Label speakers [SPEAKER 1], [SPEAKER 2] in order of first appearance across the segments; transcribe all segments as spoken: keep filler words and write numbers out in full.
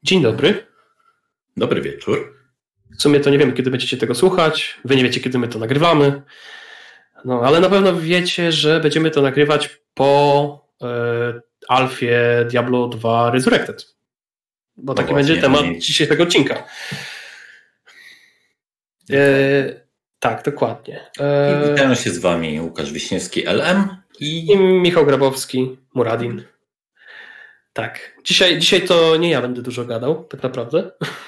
[SPEAKER 1] Dzień dobry.
[SPEAKER 2] Dobry wieczór.
[SPEAKER 1] W sumie to nie wiemy, kiedy będziecie tego słuchać. Wy nie wiecie, kiedy my to nagrywamy. No, ale na pewno wiecie, że będziemy to nagrywać po e, alfie Diablo dwa Resurrected. Bo
[SPEAKER 2] No
[SPEAKER 1] taki
[SPEAKER 2] właśnie,
[SPEAKER 1] będzie temat
[SPEAKER 2] oni-
[SPEAKER 1] dzisiejszego odcinka. E, tak, dokładnie. E,
[SPEAKER 2] I witają się z wami Łukasz Wiśniewski, L M i...
[SPEAKER 1] I Michał Grabowski, Muradin. Tak. Dzisiaj, dzisiaj to nie ja będę dużo gadał, tak naprawdę.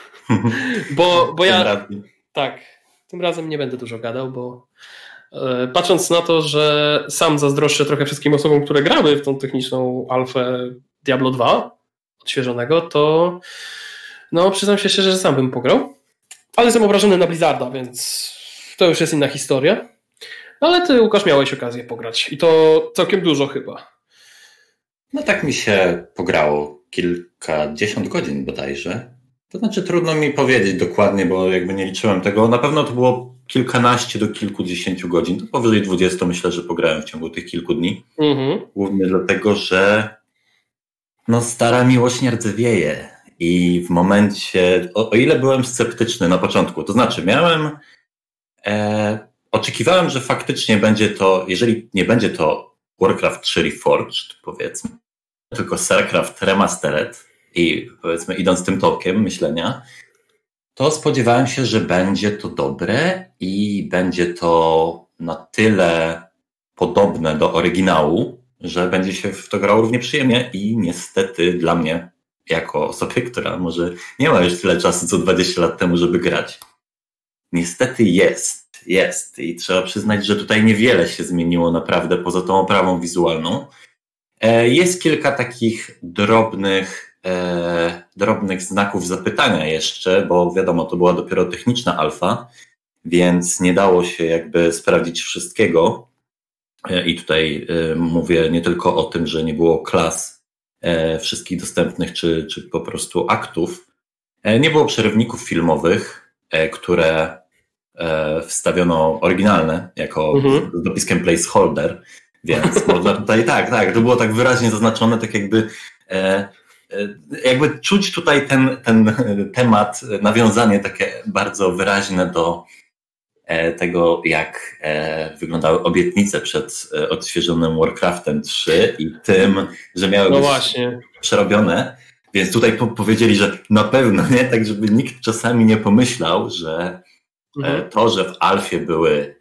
[SPEAKER 1] Bo, bo ja... Tak, tym razem nie będę dużo gadał, bo e, patrząc na to, że sam zazdroszczę trochę wszystkim osobom, które grały w tą techniczną alfę Diablo dwa odświeżonego, to no przyznam się szczerze, że sam bym pograł. Ale jestem obrażony na Blizzarda, więc to już jest inna historia. No ale ty, Łukasz, miałeś okazję pograć i to całkiem dużo chyba.
[SPEAKER 2] No tak mi się pograło kilkadziesiąt godzin bodajże. To znaczy trudno mi powiedzieć dokładnie, bo jakby nie liczyłem tego. Na pewno to było kilkanaście do kilkudziesięciu godzin. To powyżej dwudziestu myślę, że pograłem w ciągu tych kilku dni.
[SPEAKER 1] Mhm.
[SPEAKER 2] Głównie dlatego, że no stara miłość nie rdzewieje. I w momencie, o, o ile byłem sceptyczny na początku, to znaczy miałem, e, oczekiwałem, że faktycznie będzie to, jeżeli nie będzie to Warcraft trzy Reforged, powiedzmy, tylko StarCraft Remastered i powiedzmy idąc tym tokiem myślenia, to spodziewałem się, że będzie to dobre i będzie to na tyle podobne do oryginału, że będzie się w to grało równie przyjemnie i niestety dla mnie, jako osobie, która może nie ma już tyle czasu co dwadzieścia lat temu, żeby grać, niestety jest, jest i trzeba przyznać, że tutaj niewiele się zmieniło naprawdę poza tą oprawą wizualną. Jest kilka takich drobnych, e, drobnych znaków zapytania jeszcze, bo wiadomo, to była dopiero techniczna alfa, więc nie dało się jakby sprawdzić wszystkiego. E, I tutaj e, mówię nie tylko o tym, że nie było klas e, wszystkich dostępnych, czy, czy po prostu aktów. E, nie było przerywników filmowych, e, które e, wstawiono oryginalne, jako
[SPEAKER 1] Mhm.
[SPEAKER 2] z dopiskiem placeholder. Więc można tutaj, tak, tak, to było tak wyraźnie zaznaczone, tak jakby, e, e, jakby czuć tutaj ten, ten temat, nawiązanie takie bardzo wyraźne do e, tego, jak e, wyglądały obietnice przed e, odświeżonym Warcraftem trzy i tym, że miały
[SPEAKER 1] No
[SPEAKER 2] być
[SPEAKER 1] właśnie.
[SPEAKER 2] przerobione. Więc tutaj po- powiedzieli, że na pewno, nie, tak żeby nikt czasami nie pomyślał, że
[SPEAKER 1] Mhm.
[SPEAKER 2] e, to, że w alfie były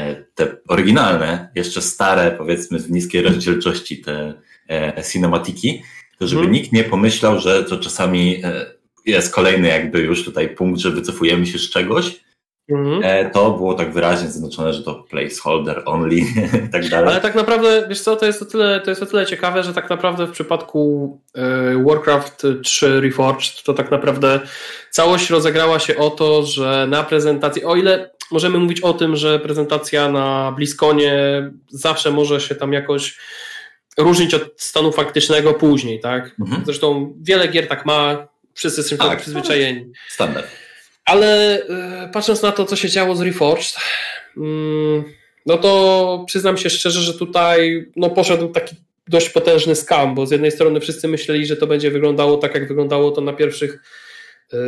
[SPEAKER 2] te oryginalne, jeszcze stare, powiedzmy w niskiej rozdzielczości te e, cinematiki, to żeby
[SPEAKER 1] Mhm.
[SPEAKER 2] nikt nie pomyślał, że to czasami e, jest kolejny jakby już tutaj punkt, że wycofujemy się z czegoś.
[SPEAKER 1] Mhm.
[SPEAKER 2] E, to było tak wyraźnie zaznaczone, że to placeholder only i tak dalej.
[SPEAKER 1] Ale tak naprawdę, wiesz co, to jest o tyle, to jest o tyle ciekawe, że tak naprawdę w przypadku y, Warcraft trzy Reforged to tak naprawdę całość rozegrała się o to, że na prezentacji, o ile możemy mówić o tym, że prezentacja na BlizzConie zawsze może się tam jakoś różnić od stanu faktycznego później, tak?
[SPEAKER 2] Mhm.
[SPEAKER 1] Zresztą wiele gier tak ma, wszyscy są
[SPEAKER 2] Tak.
[SPEAKER 1] przyzwyczajeni.
[SPEAKER 2] Standard.
[SPEAKER 1] Ale y, patrząc na to, co się działo z Reforged, mm, no to przyznam się szczerze, że tutaj no, poszedł taki dość potężny skam, bo z jednej strony wszyscy myśleli, że to będzie wyglądało tak, jak wyglądało to na pierwszych yy,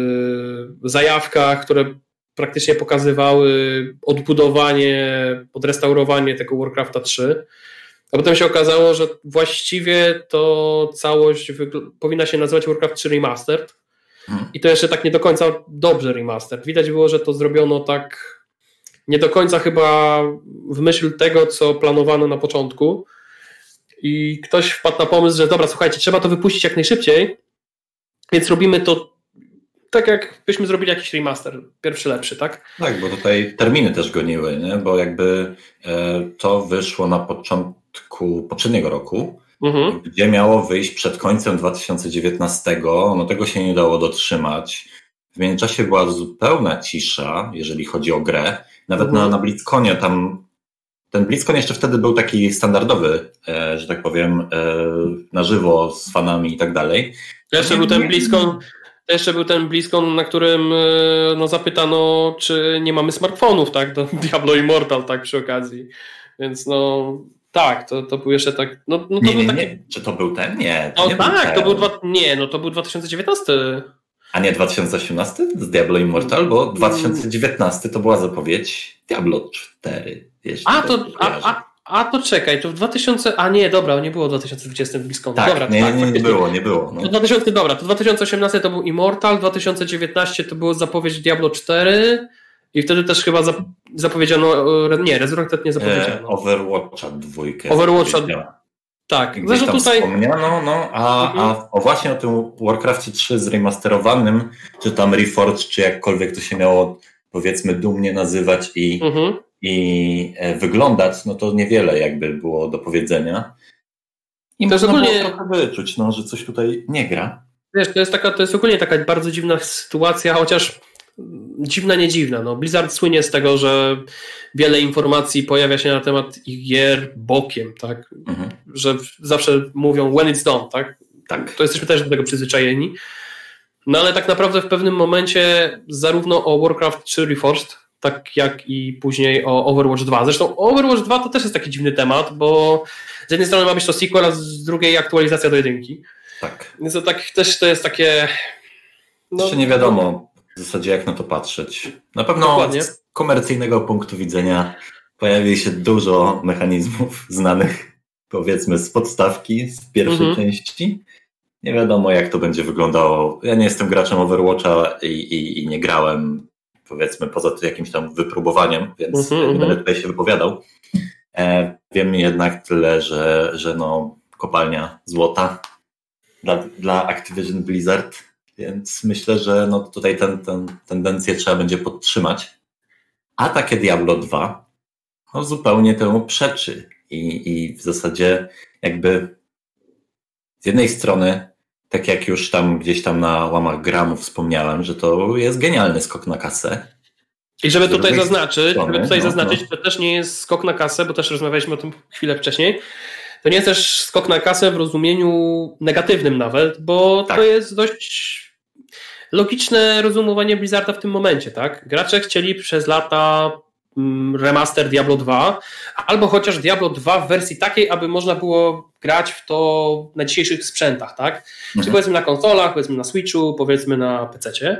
[SPEAKER 1] zajawkach, które praktycznie pokazywały odbudowanie, odrestaurowanie tego Warcrafta trzy. A potem się okazało, że właściwie to całość wygl- powinna się nazywać Warcraft trzy Remastered.
[SPEAKER 2] Mhm.
[SPEAKER 1] I to jeszcze tak nie do końca dobrze remaster. Widać było, że to zrobiono tak nie do końca chyba w myśl tego, co planowano na początku. I ktoś wpadł na pomysł, że dobra, słuchajcie, trzeba to wypuścić jak najszybciej, więc robimy to tak, jakbyśmy zrobili jakiś remaster, pierwszy lepszy, tak?
[SPEAKER 2] Tak, bo tutaj terminy też goniły, nie? Bo jakby e, to wyszło na początku poprzedniego roku,
[SPEAKER 1] Mhm.
[SPEAKER 2] gdzie miało wyjść przed końcem dwa tysiące dziewiętnastego, no tego się nie dało dotrzymać. W międzyczasie była zupełna cisza, jeżeli chodzi o grę. Nawet
[SPEAKER 1] Mhm.
[SPEAKER 2] na, na BlizzConie tam, ten BlizzCon jeszcze wtedy był taki standardowy, e, że tak powiem, e, na żywo z fanami i tak dalej.
[SPEAKER 1] To jeszcze był ten BlizzCon, to jeszcze był ten BlizzCon, na którym no, zapytano, czy nie mamy smartfonów, tak, do Diablo Immortal, tak, przy okazji. Więc no, Tak, to, to był jeszcze tak... No, no to
[SPEAKER 2] nie,
[SPEAKER 1] był
[SPEAKER 2] nie,
[SPEAKER 1] taki...
[SPEAKER 2] nie. Czy to był ten? Nie. To
[SPEAKER 1] no
[SPEAKER 2] nie
[SPEAKER 1] tak,
[SPEAKER 2] był
[SPEAKER 1] to był dwa... nie, no to był dwa tysiące dziewiętnasty.
[SPEAKER 2] A nie dwa tysiące osiemnasty z Diablo Immortal, bo dwa tysiące dziewiętnasty to była zapowiedź Diablo cztery.
[SPEAKER 1] A to, a, a, a to czekaj, to w dwa tysiące... A nie, dobra, nie było w dwa tysiące dwudziestym w BlizzConu.
[SPEAKER 2] Tak,
[SPEAKER 1] dobra,
[SPEAKER 2] nie,
[SPEAKER 1] tak,
[SPEAKER 2] nie, nie było, nie było. No.
[SPEAKER 1] To dwa tysiące, dobra, to dwa tysiące osiemnasty to był Immortal, dwa tysiące dziewiętnasty to było zapowiedź Diablo cztery i wtedy też chyba zap- zapowiedziano... Nie, Resurrected nie zapowiedziano.
[SPEAKER 2] E, Overwatcha dwójkę.
[SPEAKER 1] Overwatcha tak.
[SPEAKER 2] Gdzieś tam
[SPEAKER 1] tutaj...
[SPEAKER 2] wspomniano, no, a,
[SPEAKER 1] mhm.
[SPEAKER 2] a o właśnie o tym Warcraftie trzy zremasterowanym, czy tam Reforged, czy jakkolwiek to się miało, powiedzmy, dumnie nazywać i,
[SPEAKER 1] mhm.
[SPEAKER 2] i e, wyglądać, no to niewiele jakby było do powiedzenia. I można ogólnie... było trochę wyczuć, no, że coś tutaj nie gra.
[SPEAKER 1] Wiesz, to jest, taka, to jest ogólnie taka bardzo dziwna sytuacja, chociaż dziwna, nie dziwna. No, Blizzard słynie z tego, że wiele informacji pojawia się na temat ich gier bokiem, tak? Mhm. Że zawsze mówią when it's done, tak?
[SPEAKER 2] Tak.
[SPEAKER 1] To jesteśmy też do tego przyzwyczajeni. No ale tak naprawdę w pewnym momencie zarówno o Warcraft trzy Reforged, tak jak i później o Overwatch dwa. Zresztą Overwatch dwa to też jest taki dziwny temat, bo z jednej strony ma być to sequel, a z drugiej aktualizacja do jedynki.
[SPEAKER 2] Tak.
[SPEAKER 1] Więc to tak, też to jest takie...
[SPEAKER 2] No, jeszcze nie wiadomo w zasadzie jak na to patrzeć. Na pewno dokładnie. Z komercyjnego punktu widzenia pojawi się dużo mechanizmów znanych, powiedzmy, z podstawki, z pierwszej mhm. części. Nie wiadomo jak to będzie wyglądało. Ja nie jestem graczem Overwatcha i, i, i nie grałem, powiedzmy, poza tym jakimś tam wypróbowaniem, więc mm-hmm, nie będę tutaj się wypowiadał. E, wiem jednak tyle, że, że no, kopalnia złota dla, dla Activision Blizzard, więc myślę, że no, tutaj ten, ten tendencję trzeba będzie podtrzymać. A takie Diablo dwa no, zupełnie temu przeczy i, i w zasadzie jakby z jednej strony, tak jak już tam gdzieś tam na łamach Gramu wspomniałem, że to jest genialny skok na kasę.
[SPEAKER 1] I żeby tutaj zaznaczyć,
[SPEAKER 2] strony,
[SPEAKER 1] żeby tutaj
[SPEAKER 2] no,
[SPEAKER 1] zaznaczyć,
[SPEAKER 2] no.
[SPEAKER 1] to też nie jest skok na kasę, bo też rozmawialiśmy o tym chwilę wcześniej. To nie jest też skok na kasę w rozumieniu negatywnym nawet, bo tak. To jest dość logiczne rozumowanie Blizzarda w tym momencie, tak? Gracze chcieli przez lata remaster Diablo dwa, albo chociaż Diablo dwa w wersji takiej, aby można było grać w to na dzisiejszych sprzętach, tak? Mhm. Czyli powiedzmy na konsolach, powiedzmy na Switchu, powiedzmy na pececie.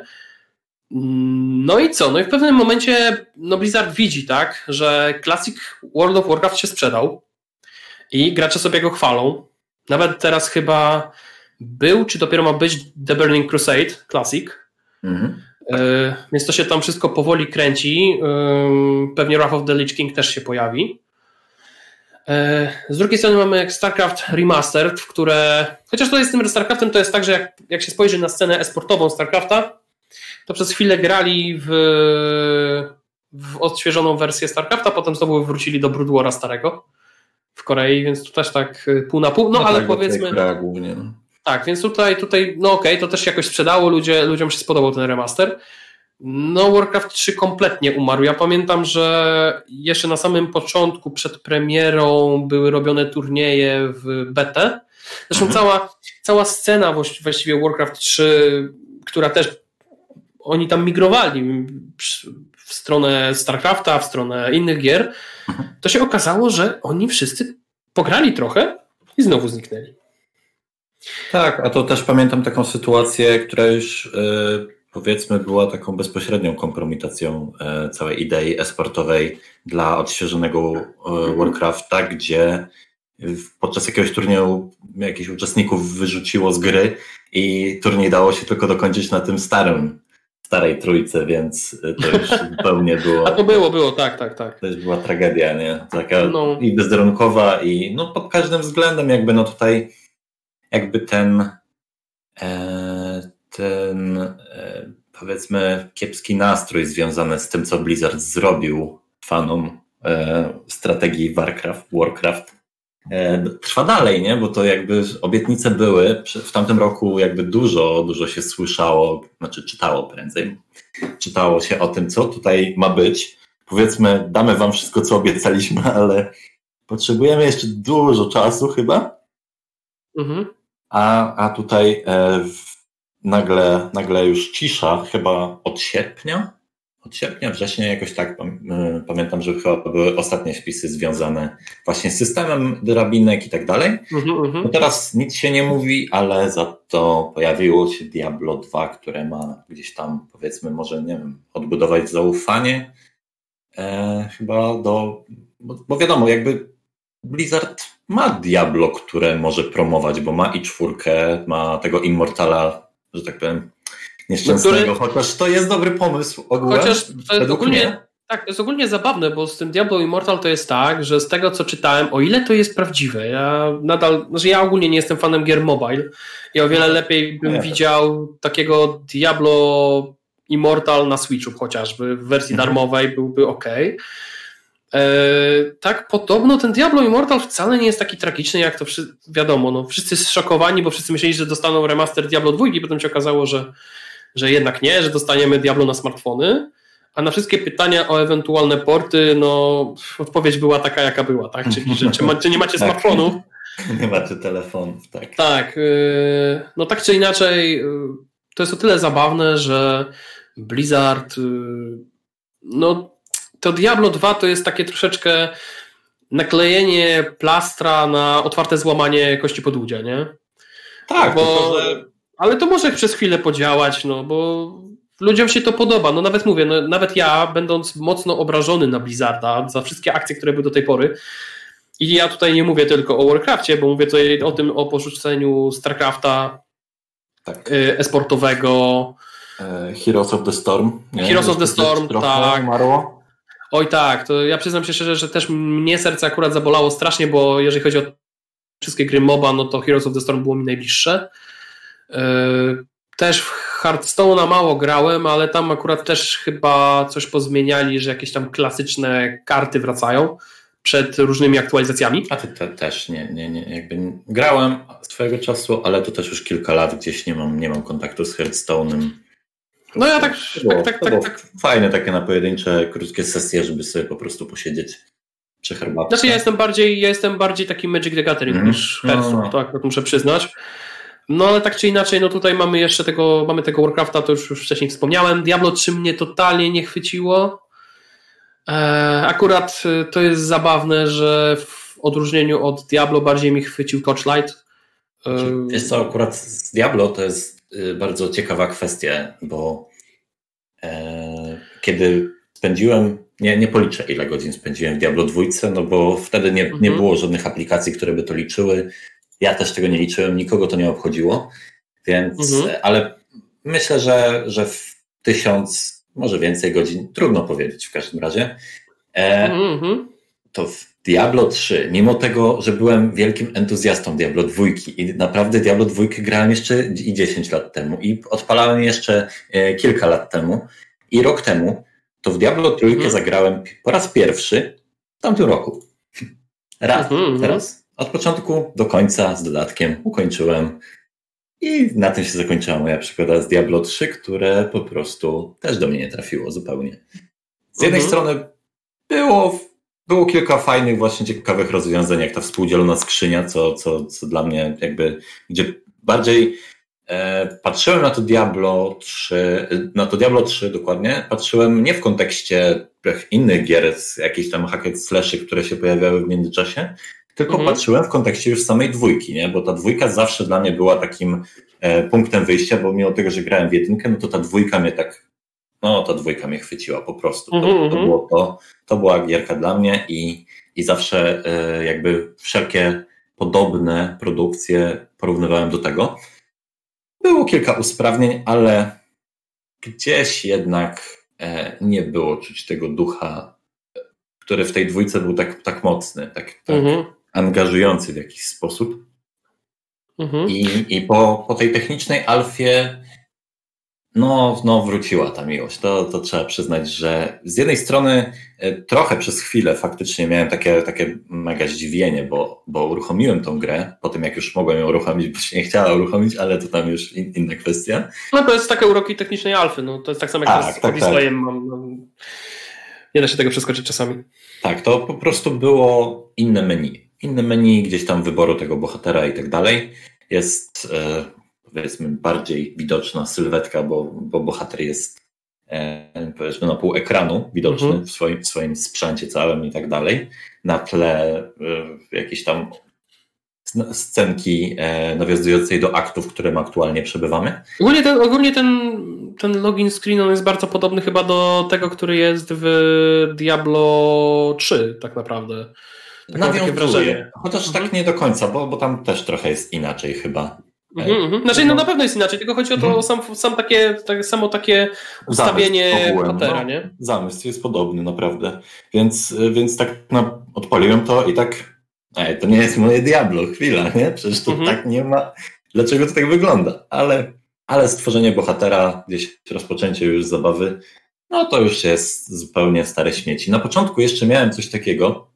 [SPEAKER 1] No i co? No i w pewnym momencie no Blizzard widzi, tak, że Classic World of Warcraft się sprzedał i gracze sobie go chwalą. Nawet teraz chyba był, czy dopiero ma być The Burning Crusade Classic. Mhm. Yy, więc to się tam wszystko powoli kręci. Yy, pewnie Wrath of the Lich King też się pojawi. Yy, z drugiej strony mamy StarCraft Remastered, w które, chociaż to jest z tym StarCraftem, to jest tak, że jak, jak się spojrzy na scenę esportową StarCrafta, to przez chwilę grali w, w odświeżoną wersję StarCrafta, potem znowu wrócili do Brood Wara starego w Korei, więc to też tak pół na pół, no, no ale tak, powiedzmy...
[SPEAKER 2] Gra głównie, no.
[SPEAKER 1] Tak, więc tutaj, tutaj no okej, okay, to też się jakoś sprzedało, ludzie, ludziom się spodobał ten remaster. No Warcraft trzy kompletnie umarł. Ja pamiętam, że jeszcze na samym początku, przed premierą były robione turnieje w betę. Zresztą mhm. cała, cała scena właściwie Warcraft trzy, która też oni tam migrowali w stronę StarCrafta, w stronę innych gier, to się okazało, że oni wszyscy pograli trochę i znowu zniknęli.
[SPEAKER 2] Tak, a to też pamiętam taką sytuację, która już yy, powiedzmy była taką bezpośrednią kompromitacją yy, całej idei esportowej dla odświeżonego yy, Warcrafta, gdzie podczas jakiegoś turnieju jakichś uczestników wyrzuciło z gry i turniej dało się tylko dokończyć na tym starym, starej trójce, więc to już zupełnie było...
[SPEAKER 1] A to było, było, tak, tak, tak.
[SPEAKER 2] To już była tragedia, nie? Taka no. i bezwarunkowa i no pod każdym względem jakby no tutaj jakby ten e, ten e, powiedzmy kiepski nastrój związany z tym, co Blizzard zrobił fanom e, strategii Warcraft, Warcraft e, trwa dalej, nie? Bo to jakby obietnice były, w tamtym roku jakby dużo, dużo się słyszało, znaczy czytało prędzej, czytało się o tym, co tutaj ma być. Powiedzmy, damy wam wszystko, co obiecaliśmy, ale potrzebujemy jeszcze dużo czasu chyba. Mhm. A, a tutaj e, w, nagle, nagle już cisza, chyba od sierpnia, od sierpnia, września jakoś tak, pamiętam, że chyba były ostatnie wpisy związane właśnie z systemem drabinek i tak dalej.
[SPEAKER 1] Mm-hmm.
[SPEAKER 2] No teraz nic się nie mówi, ale za to pojawiło się Diablo dwa, które ma gdzieś tam, powiedzmy, może, nie wiem, odbudować zaufanie e, chyba do, bo, bo wiadomo, jakby Blizzard ma Diablo, które może promować, bo ma i czwórkę, ma tego Immortala, że tak powiem, nieszczęsnego, który, chociaż to jest dobry pomysł ogólnie.
[SPEAKER 1] Chociaż to jest ogólnie, tak, to jest ogólnie zabawne, bo z tym Diablo Immortal to jest tak, że z tego co czytałem, o ile to jest prawdziwe, ja nadal, znaczy ja ogólnie nie jestem fanem gier mobile i o wiele lepiej bym ja widział też. takiego Diablo Immortal na Switchu chociażby, w wersji mhm. darmowej byłby ok. Eee, tak, podobno ten Diablo Immortal wcale nie jest taki tragiczny, jak to wszy- wiadomo, no, wszyscy zszokowani, bo wszyscy myśleli, że dostaną remaster Diablo dwa i potem się okazało, że że jednak nie, że dostaniemy Diablo na smartfony, a na wszystkie pytania o ewentualne porty, no odpowiedź była taka, jaka była, tak? Czyli, że czy, ma, czy nie macie
[SPEAKER 2] tak.
[SPEAKER 1] smartfonów?
[SPEAKER 2] Nie macie telefonów, tak.
[SPEAKER 1] Tak, yy, no tak czy inaczej, yy, to jest o tyle zabawne, że Blizzard, yy, no to Diablo dwa to jest takie troszeczkę naklejenie plastra na otwarte złamanie kości podłudzia, nie?
[SPEAKER 2] Tak,
[SPEAKER 1] bo...
[SPEAKER 2] tylko, że...
[SPEAKER 1] Ale to może przez chwilę podziałać, no bo ludziom się to podoba. No nawet mówię, no, nawet ja, będąc mocno obrażony na Blizzarda za wszystkie akcje, które były do tej pory, i ja tutaj nie mówię tylko o Warcrafcie, bo mówię tutaj o tym, o porzuceniu StarCrafta tak. e-sportowego.
[SPEAKER 2] Heroes of the Storm.
[SPEAKER 1] Nie? Heroes of the Storm, tak. Umarło. Oj tak, to ja przyznam się szczerze, że też mnie serce akurat zabolało strasznie, bo jeżeli chodzi o wszystkie gry MOBA, no to Heroes of the Storm było mi najbliższe. Też w Hearthstone'a mało grałem, ale tam akurat też chyba coś pozmieniali, że jakieś tam klasyczne karty wracają przed różnymi aktualizacjami.
[SPEAKER 2] A ty te, też nie, nie, nie, jakby nie, grałem swojego czasu, ale to też już kilka lat gdzieś nie mam, nie mam kontaktu z Hearthstone'em.
[SPEAKER 1] No ja tak,
[SPEAKER 2] było,
[SPEAKER 1] tak, tak, tak, tak.
[SPEAKER 2] Fajne takie na pojedyncze, krótkie sesje, żeby sobie po prostu posiedzieć przy herbatce.
[SPEAKER 1] Znaczy ja jestem bardziej, ja jestem bardziej taki Magic the Gathering mm. niż Hearthstone, no. tak, muszę przyznać. No ale tak czy inaczej, no tutaj mamy jeszcze tego, mamy tego Warcrafta, to już, już wcześniej wspomniałem. Diablo trzy mnie totalnie nie chwyciło. Eee, akurat to jest zabawne, że w odróżnieniu od Diablo bardziej mi chwycił Torchlight.
[SPEAKER 2] Eee, Wiesz co, akurat z Diablo to jest bardzo ciekawa kwestia, bo e, kiedy spędziłem, nie, nie policzę ile godzin spędziłem w Diablo dwa, no bo wtedy nie, mhm. nie było żadnych aplikacji, które by to liczyły. Ja też tego nie liczyłem, nikogo to nie obchodziło, więc, mhm. ale myślę, że, że w tysiąc, może więcej godzin, trudno powiedzieć w każdym razie, e, mhm. to w Diablo trzy, mimo tego, że byłem wielkim entuzjastą Diablo dwa i naprawdę Diablo dwa grałem jeszcze i dziesięć lat temu i odpalałem jeszcze e, kilka lat temu i rok temu, to w Diablo trzy mhm. zagrałem po raz pierwszy w tamtym roku. Raz, mhm. teraz. Od początku do końca z dodatkiem ukończyłem i na tym się zakończyła moja przygoda z Diablo trzy, które po prostu też do mnie nie trafiło zupełnie. Z jednej mhm. strony było, było kilka fajnych, właśnie ciekawych rozwiązań, jak ta współdzielona skrzynia, co, co, co dla mnie jakby, gdzie bardziej e, patrzyłem na to Diablo trzy, na to Diablo trzy dokładnie, patrzyłem nie w kontekście innych gier, jakichś tam hack and slashy, które się pojawiały w międzyczasie, tylko mhm. patrzyłem w kontekście już samej dwójki, nie? Bo ta dwójka zawsze dla mnie była takim e, punktem wyjścia, bo mimo tego, że grałem w jedynkę, no to ta dwójka mnie tak, no ta dwójka mnie chwyciła po prostu. To, mhm. to, było to, to była gierka dla mnie i, i zawsze e, jakby wszelkie podobne produkcje porównywałem do tego. Było kilka usprawnień, ale gdzieś jednak e, nie było czuć tego ducha, który w tej dwójce był tak, tak mocny, tak, tak mhm. angażujący w jakiś sposób. Mhm. I, i po, po tej technicznej alfie no, no wróciła ta miłość. To, to trzeba przyznać, że z jednej strony trochę przez chwilę faktycznie miałem takie, takie mega zdziwienie, bo, bo uruchomiłem tą grę, po tym jak już mogłem ją uruchomić, bo się nie chciała uruchomić, ale to tam już in, inna kwestia.
[SPEAKER 1] No to jest takie uroki technicznej alfy, no to jest tak samo jak tak, z tak, tak. mam, mam... Nie da się tego przeskoczyć czasami.
[SPEAKER 2] Tak, to po prostu było inne menu. Inne menu, gdzieś tam wyboru tego bohatera i tak dalej. Jest e, powiedzmy bardziej widoczna sylwetka, bo, bo bohater jest e, powiedzmy na pół ekranu widoczny mhm. w, swoim, w swoim sprzęcie całym i tak dalej. Na tle e, jakieś tam scenki e, nawiązującej do aktów, w którym aktualnie przebywamy.
[SPEAKER 1] Ogólnie ten, ogólnie ten, ten login screen on jest bardzo podobny chyba do tego, który jest w Diablo trzy tak naprawdę. Tak
[SPEAKER 2] nawiązuje, chociaż mhm. tak nie do końca, bo, bo tam też trochę jest inaczej chyba.
[SPEAKER 1] Mhm, mhm. Znaczy no na pewno jest inaczej, tylko chodzi o to mhm. sam, sam takie, tak, samo takie ustawienie patera, no, nie?
[SPEAKER 2] Zamysł jest podobny naprawdę, więc, więc tak no, odpaliłem to i tak ej, to nie jest moje Diablo, chwila, nie? Przecież to mhm. tak nie ma, dlaczego to tak wygląda, ale, ale stworzenie bohatera, gdzieś rozpoczęcie już zabawy, no to już jest zupełnie stare śmieci. Na początku jeszcze miałem coś takiego,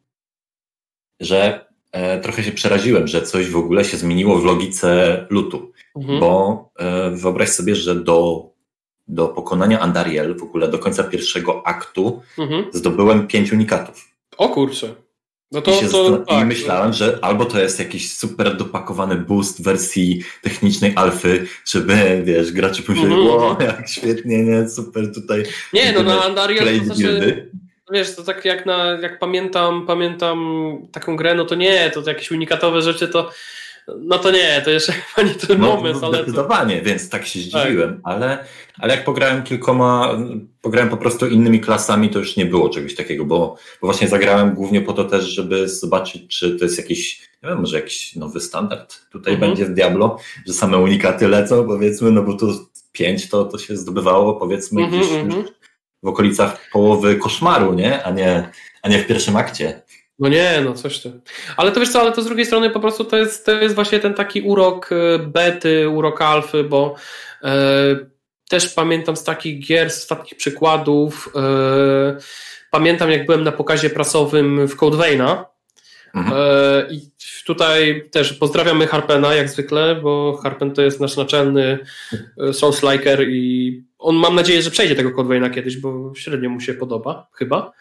[SPEAKER 2] że e, trochę się przeraziłem, że coś w ogóle się zmieniło w logice lootu, mhm. bo e, wyobraź sobie, że do, do pokonania Andariel, w ogóle do końca pierwszego aktu mhm. zdobyłem pięć unikatów.
[SPEAKER 1] O kurczę. No to,
[SPEAKER 2] I, się
[SPEAKER 1] to,
[SPEAKER 2] to, tak, I myślałem, że albo to jest jakiś super dopakowany boost wersji technicznej alfy, żeby, wiesz, gracze pomyśleli, mm-hmm. wow, jak świetnie, nie, super tutaj.
[SPEAKER 1] Nie, no na Andariel to znaczy, wiesz, to tak jak na, jak pamiętam, pamiętam taką grę, no to nie, to jakieś unikatowe rzeczy, to no to nie, to jeszcze chyba nie ten
[SPEAKER 2] no,
[SPEAKER 1] moment.
[SPEAKER 2] No
[SPEAKER 1] ale
[SPEAKER 2] zdecydowanie, to... więc tak się zdziwiłem, tak. Ale, ale jak pograłem kilkoma, pograłem po prostu innymi klasami, to już nie było czegoś takiego, bo, bo właśnie zagrałem głównie po to też, żeby zobaczyć, czy to jest jakiś, nie wiem, może jakiś nowy standard tutaj mhm. będzie w Diablo, że same unikaty lecą, powiedzmy, no bo tu pięć to, to się zdobywało, powiedzmy, mhm, gdzieś mhm. w okolicach połowy koszmaru, nie? A nie, a nie w pierwszym akcie.
[SPEAKER 1] No nie, no coś ty. Ale to wiesz co, ale to z drugiej strony po prostu to jest, to jest właśnie ten taki urok bety, urok alfy, bo e, też pamiętam z takich gier, z takich przykładów, e, pamiętam jak byłem na pokazie prasowym w Code Veina mhm. e, i tutaj też pozdrawiamy Harpena jak zwykle, bo Harpen to jest nasz naczelny Souls-liker i on mam nadzieję, że przejdzie tego Code Veina kiedyś, bo średnio mu się podoba, chyba.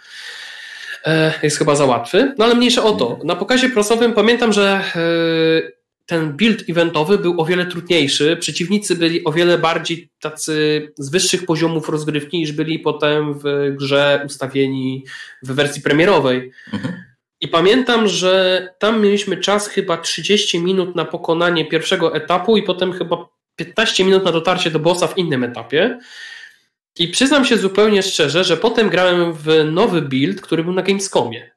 [SPEAKER 1] Jest chyba za łatwy, no ale mniejsza o to. Na pokazie prasowym pamiętam, że ten build eventowy był o wiele trudniejszy, przeciwnicy byli o wiele bardziej tacy z wyższych poziomów rozgrywki niż byli potem w grze ustawieni w wersji premierowej. Mhm. I pamiętam, że tam mieliśmy czas chyba trzydzieści minut na pokonanie pierwszego etapu i potem chyba piętnaście minut na dotarcie do bossa w innym etapie. I przyznam się zupełnie szczerze, że potem grałem w nowy build, który był na Gamescomie.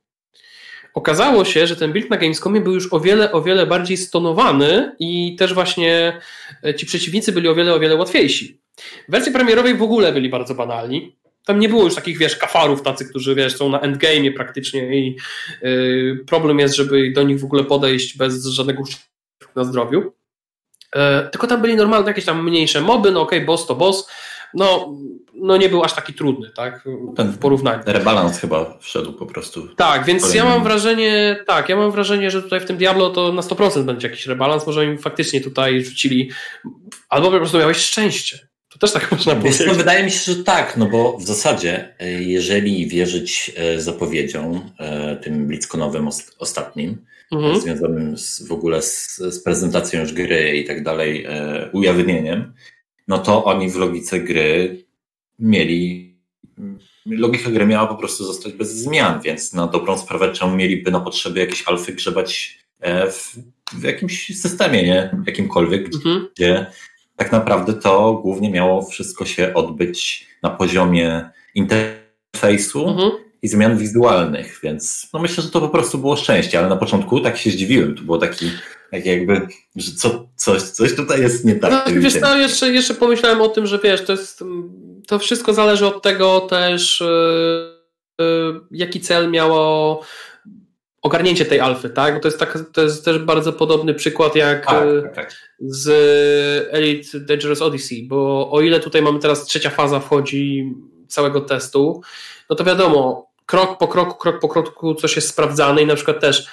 [SPEAKER 1] Okazało się, że ten build na Gamescomie był już o wiele, o wiele bardziej stonowany i też właśnie ci przeciwnicy byli o wiele, o wiele łatwiejsi. W wersji premierowej w ogóle byli bardzo banalni. Tam nie było już takich, wiesz, kafarów tacy, którzy, wiesz, są na endgame'ie praktycznie i yy, problem jest, żeby do nich w ogóle podejść bez żadnego uszczerbku na zdrowiu. Yy, tylko tam byli normalne jakieś tam mniejsze moby, no okej, okay, boss to boss, no, no nie był aż taki trudny, tak,
[SPEAKER 2] ten
[SPEAKER 1] w porównaniu.
[SPEAKER 2] Rebalans chyba wszedł po prostu.
[SPEAKER 1] Tak, więc kolejnym. ja mam wrażenie, tak, ja mam wrażenie, że tutaj w tym Diablo to na sto procent będzie jakiś rebalans, może im faktycznie tutaj rzucili, albo po prostu miałeś szczęście. To też tak można powiedzieć.
[SPEAKER 2] No, wydaje mi się, że tak, no bo w zasadzie, jeżeli wierzyć zapowiedziom, tym BlizzConowym ostatnim, mhm. związanym z, w ogóle z, z prezentacją już gry i tak dalej, ujawnieniem, no to oni w logice gry mieli, logika gry miała po prostu zostać bez zmian, więc na dobrą sprawę czemu mieliby na potrzeby jakiejś alfy grzebać w, w jakimś systemie, nie? Jakimkolwiek, mhm. gdzie tak naprawdę to głównie miało wszystko się odbyć na poziomie interfejsu mhm. i zmian wizualnych, więc no myślę, że to po prostu było szczęście, ale na początku tak się zdziwiłem, to było taki, tak jakby, że co, coś, coś tutaj jest nie tak.
[SPEAKER 1] No, wiesz, no, jeszcze, jeszcze pomyślałem o tym, że wiesz, to jest, to wszystko zależy od tego też, yy, yy, jaki cel miało ogarnięcie tej alfy, tak? Bo to jest, tak, to jest też bardzo podobny przykład jak tak, tak. z Elite Dangerous Odyssey, bo o ile tutaj mamy teraz trzecia faza wchodzi całego testu, no to wiadomo, krok po kroku, krok po kroku coś jest sprawdzane i na przykład też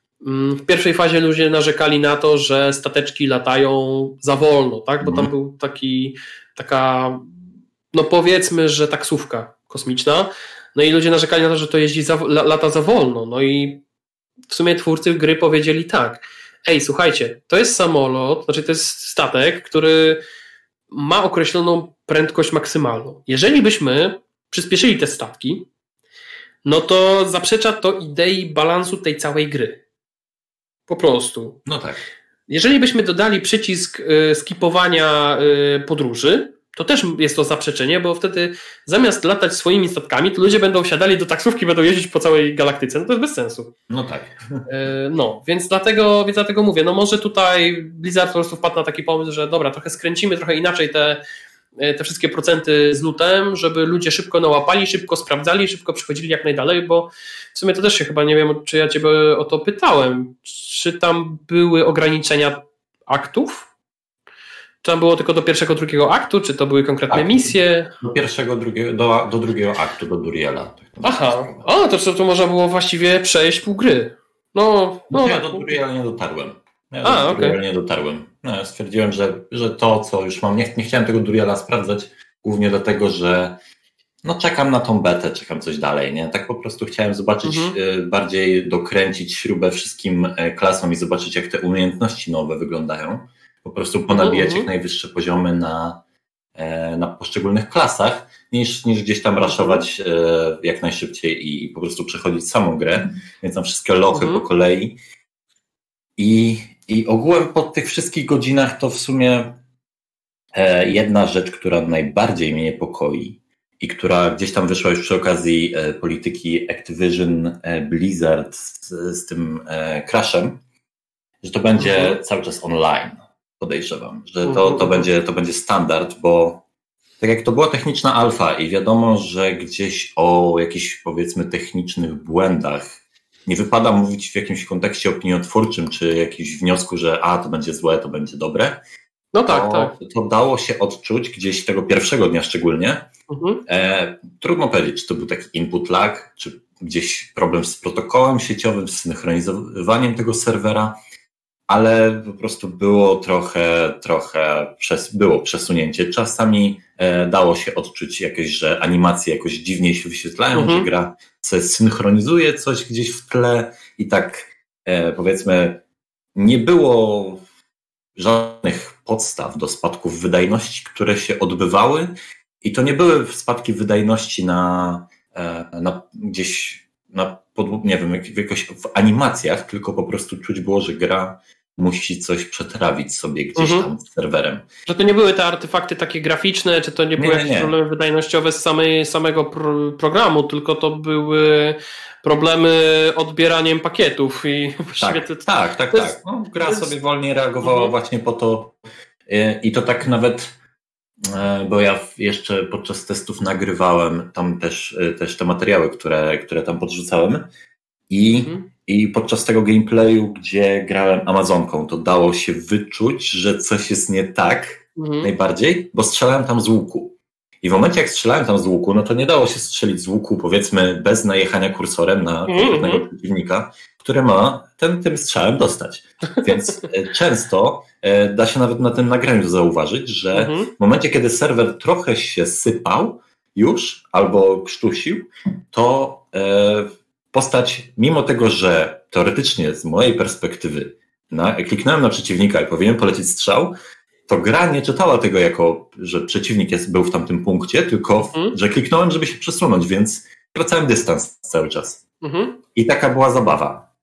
[SPEAKER 1] w pierwszej fazie ludzie narzekali na to, że stateczki latają za wolno, tak? Bo tam był taki, taka, no powiedzmy, że taksówka kosmiczna, no i ludzie narzekali na to, że to jeździ za, lata za wolno, no i w sumie twórcy gry powiedzieli tak, ej, słuchajcie, to jest samolot, znaczy to jest statek, który ma określoną prędkość maksymalną. Jeżeli byśmy przyspieszyli te statki, no to zaprzecza to idei balansu tej całej gry. Po prostu.
[SPEAKER 2] No tak.
[SPEAKER 1] Jeżeli byśmy dodali przycisk y, skipowania y, podróży, to też jest to zaprzeczenie, bo wtedy zamiast latać swoimi statkami, to ludzie będą wsiadali do taksówki, będą jeździć po całej galaktyce. No to jest bez sensu.
[SPEAKER 2] No tak.
[SPEAKER 1] Y, no, więc dlatego, więc dlatego mówię, no może tutaj Blizzard po prostu wpadł na taki pomysł, że dobra, trochę skręcimy, trochę inaczej te te wszystkie procenty z lutem, żeby ludzie szybko nałapali, szybko sprawdzali, szybko przychodzili jak najdalej, bo w sumie to też się chyba, nie wiem, czy ja ciebie o to pytałem, czy tam były ograniczenia aktów? Czy tam było tylko do pierwszego, drugiego aktu, czy to były konkretne tak, misje?
[SPEAKER 2] Do pierwszego, drugiego, do, do drugiego aktu, do Duriela. Tak
[SPEAKER 1] Aha, a to, to można było właściwie przejść pół gry. No,
[SPEAKER 2] no,
[SPEAKER 1] no
[SPEAKER 2] ja do Duriela nie dotarłem. Ja
[SPEAKER 1] A,
[SPEAKER 2] do Duriela
[SPEAKER 1] okay.
[SPEAKER 2] nie dotarłem. No, ja stwierdziłem, że, że to, co już mam, nie, nie chciałem tego Duriela sprawdzać, głównie dlatego, że no czekam na tą betę, czekam coś dalej, nie? Tak po prostu chciałem zobaczyć, mhm. bardziej dokręcić śrubę wszystkim klasom i zobaczyć, jak te umiejętności nowe wyglądają. Po prostu ponabijać mhm. jak najwyższe poziomy na, na poszczególnych klasach, niż, niż gdzieś tam raszować jak najszybciej i po prostu przechodzić samą grę, więc tam wszystkie lochy mhm. po kolei. I, I ogółem po tych wszystkich godzinach to w sumie e, jedna rzecz, która najbardziej mnie niepokoi i która gdzieś tam wyszła już przy okazji e, polityki Activision e, Blizzard z, z tym e, crashem, że to będzie mhm. cały czas online, podejrzewam, że to, to, będzie, to będzie standard, bo tak jak to była techniczna alfa i wiadomo, że gdzieś o jakichś powiedzmy technicznych błędach nie wypada mówić w jakimś kontekście opiniotwórczym, czy jakimś wniosku, że a, to będzie złe, to będzie dobre.
[SPEAKER 1] No tak,
[SPEAKER 2] to,
[SPEAKER 1] tak.
[SPEAKER 2] To dało się odczuć gdzieś tego pierwszego dnia szczególnie. Mhm. E, trudno powiedzieć, czy to był taki input lag, czy gdzieś problem z protokołem sieciowym, z synchronizowaniem tego serwera, ale po prostu było trochę, trochę przez, było przesunięcie. Czasami e, dało się odczuć jakieś, że animacje jakoś dziwniej się wyświetlają, mhm. że gra sobie synchronizuje coś gdzieś w tle i tak e, powiedzmy nie było żadnych podstaw do spadków wydajności, które się odbywały i to nie były spadki wydajności na, e, na gdzieś na pod, nie wiem, jakoś w animacjach, tylko po prostu czuć było, że gra musi coś przetrawić sobie gdzieś mhm. tam z serwerem.
[SPEAKER 1] Że to nie były te artefakty takie graficzne, czy to nie, nie były nie, jakieś nie. problemy wydajnościowe z samej, samego pro, programu, tylko to były problemy odbieraniem pakietów. I
[SPEAKER 2] tak,
[SPEAKER 1] to,
[SPEAKER 2] tak, tak,
[SPEAKER 1] to
[SPEAKER 2] tak.
[SPEAKER 1] Jest,
[SPEAKER 2] no, gra
[SPEAKER 1] jest...
[SPEAKER 2] sobie wolniej reagowała mhm. właśnie po to i to tak nawet, bo ja jeszcze podczas testów nagrywałem tam też, też te materiały, które, które tam podrzucałem i mhm. I podczas tego gameplayu, gdzie grałem Amazonką, to dało się wyczuć, że coś jest nie tak mhm. najbardziej, bo strzelałem tam z łuku. I w momencie, jak strzelałem tam z łuku, no to nie dało się strzelić z łuku, powiedzmy, bez najechania kursorem na konkretnego mhm. przeciwnika, który ma ten, tym strzałem dostać. Więc często e, da się nawet na tym nagraniu zauważyć, że mhm. w momencie, kiedy serwer trochę się sypał już albo krztusił, to e, postać, mimo tego, że teoretycznie z mojej perspektywy na, kliknąłem na przeciwnika i powinien polecieć strzał, to gra nie czytała tego jako, że przeciwnik jest, był w tamtym punkcie, tylko mhm. że kliknąłem, żeby się przesunąć, więc skracałem dystans cały czas. Mhm. I taka była zabawa.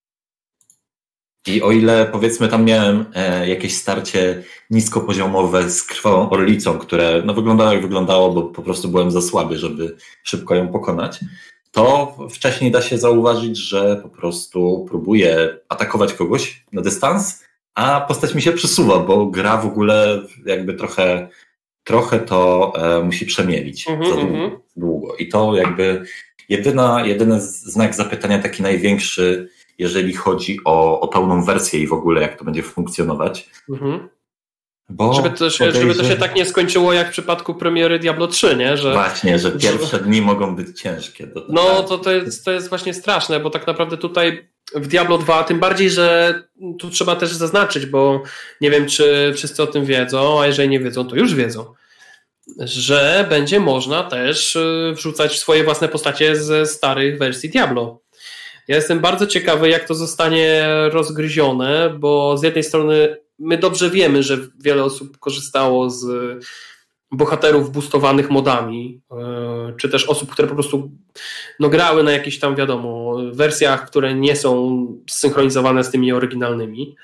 [SPEAKER 2] I o ile powiedzmy tam miałem e, jakieś starcie niskopoziomowe z krwawą orlicą, które no, wyglądało jak wyglądało, bo po prostu byłem za słaby, żeby szybko ją pokonać, to wcześniej da się zauważyć, że po prostu próbuję atakować kogoś na dystans, a postać mi się przesuwa, bo gra w ogóle jakby trochę, trochę to e, musi przemielić mm-hmm, za długo, mm-hmm. długo. I to jakby jedyna, jedyny znak zapytania taki największy, jeżeli chodzi o, o pełną wersję i w ogóle jak to będzie funkcjonować. Mm-hmm.
[SPEAKER 1] Bo żeby, to się, żeby to się tak nie skończyło jak w przypadku premiery Diablo trzy, nie? Że,
[SPEAKER 2] właśnie, że pierwsze dni mogą być ciężkie. To
[SPEAKER 1] no to, to, jest, to jest właśnie straszne, bo tak naprawdę tutaj w Diablo dwa, tym bardziej, że tu trzeba też zaznaczyć, bo nie wiem, czy wszyscy o tym wiedzą, a jeżeli nie wiedzą, to już wiedzą, że będzie można też wrzucać swoje własne postacie ze starych wersji Diablo. Ja jestem bardzo ciekawy, jak to zostanie rozgryzione, bo z jednej strony my dobrze wiemy, że wiele osób korzystało z bohaterów boostowanych modami, czy też osób, które po prostu no, grały na jakichś tam, wiadomo, wersjach, które nie są zsynchronizowane z tymi oryginalnymi.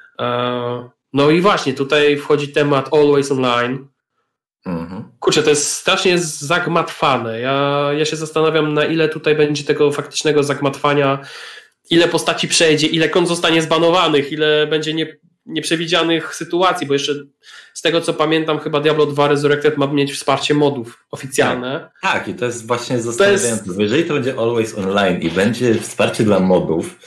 [SPEAKER 1] No i właśnie, tutaj wchodzi temat Always Online. Mhm. Kurczę, to jest strasznie zagmatwane. Ja, ja się zastanawiam, na ile tutaj będzie tego faktycznego zagmatwania, ile postaci przejdzie, ile kont zostanie zbanowanych, ile będzie nie, nieprzewidzianych sytuacji, bo jeszcze z tego co pamiętam, chyba Diablo dwa Resurrected ma mieć wsparcie modów oficjalne.
[SPEAKER 2] Tak, tak i to jest właśnie zastanawiające, jest... bo jeżeli to będzie Always Online i będzie wsparcie dla modów,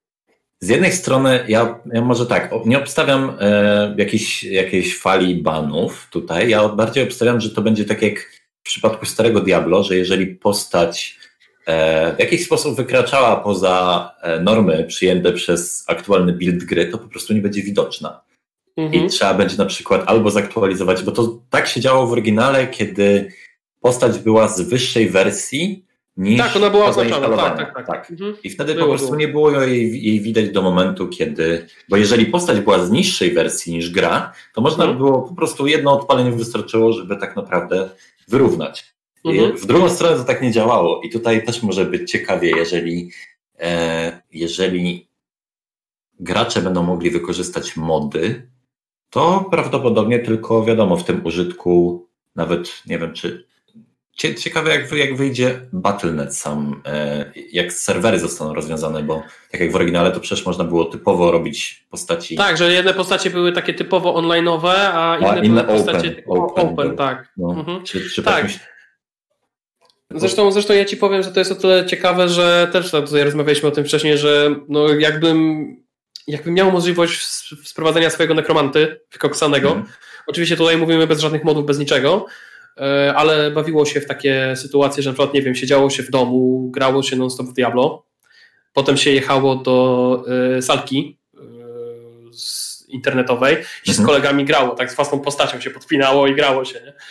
[SPEAKER 2] z jednej strony ja, ja może tak, nie obstawiam e, jakiejś, jakiejś fali banów tutaj, ja bardziej obstawiam, że to będzie tak jak w przypadku starego Diablo, że jeżeli postać e, w jakiś sposób wykraczała poza e, normy przyjęte przez aktualny build gry, to po prostu nie będzie widoczna. Mhm. I trzeba będzie na przykład albo zaktualizować, bo to tak się działo w oryginale, kiedy postać była z wyższej wersji, niż
[SPEAKER 1] tak, ona była oznaczona, tak, tak, tak.
[SPEAKER 2] tak. Mhm. I wtedy było, po prostu było. nie było jej, jej widać do momentu, kiedy, bo jeżeli postać była z niższej wersji niż gra, to można mhm. było po prostu jedno odpalenie wystarczyło, żeby tak naprawdę wyrównać. Mhm. W drugą stronę to tak nie działało i tutaj też może być ciekawie, jeżeli, e, jeżeli gracze będą mogli wykorzystać mody, to prawdopodobnie tylko wiadomo w tym użytku, nawet nie wiem czy ciekawe jak, jak wyjdzie Battle dot net sam, jak serwery zostaną rozwiązane, bo tak jak w oryginale to przecież można było typowo robić postaci.
[SPEAKER 1] Tak, że jedne postacie były takie typowo online'owe, a inne, a inne były postacie open, typowo open, open tak. No, mhm. czy, czy tak. Myśl... Zresztą, zresztą ja ci powiem, że to jest o tyle ciekawe, że też tutaj rozmawialiśmy o tym wcześniej, że no jakbym, jakbym miał możliwość sprowadzenia swojego nekromanty wykoksanego, mhm. oczywiście tutaj mówimy bez żadnych modów, bez niczego, ale bawiło się w takie sytuacje, że na przykład, nie wiem, siedziało się w domu, grało się non-stop w Diablo, potem się jechało do y, salki y, z internetowej i się mhm. z kolegami grało, tak z własną postacią się podpinało i grało się, nie?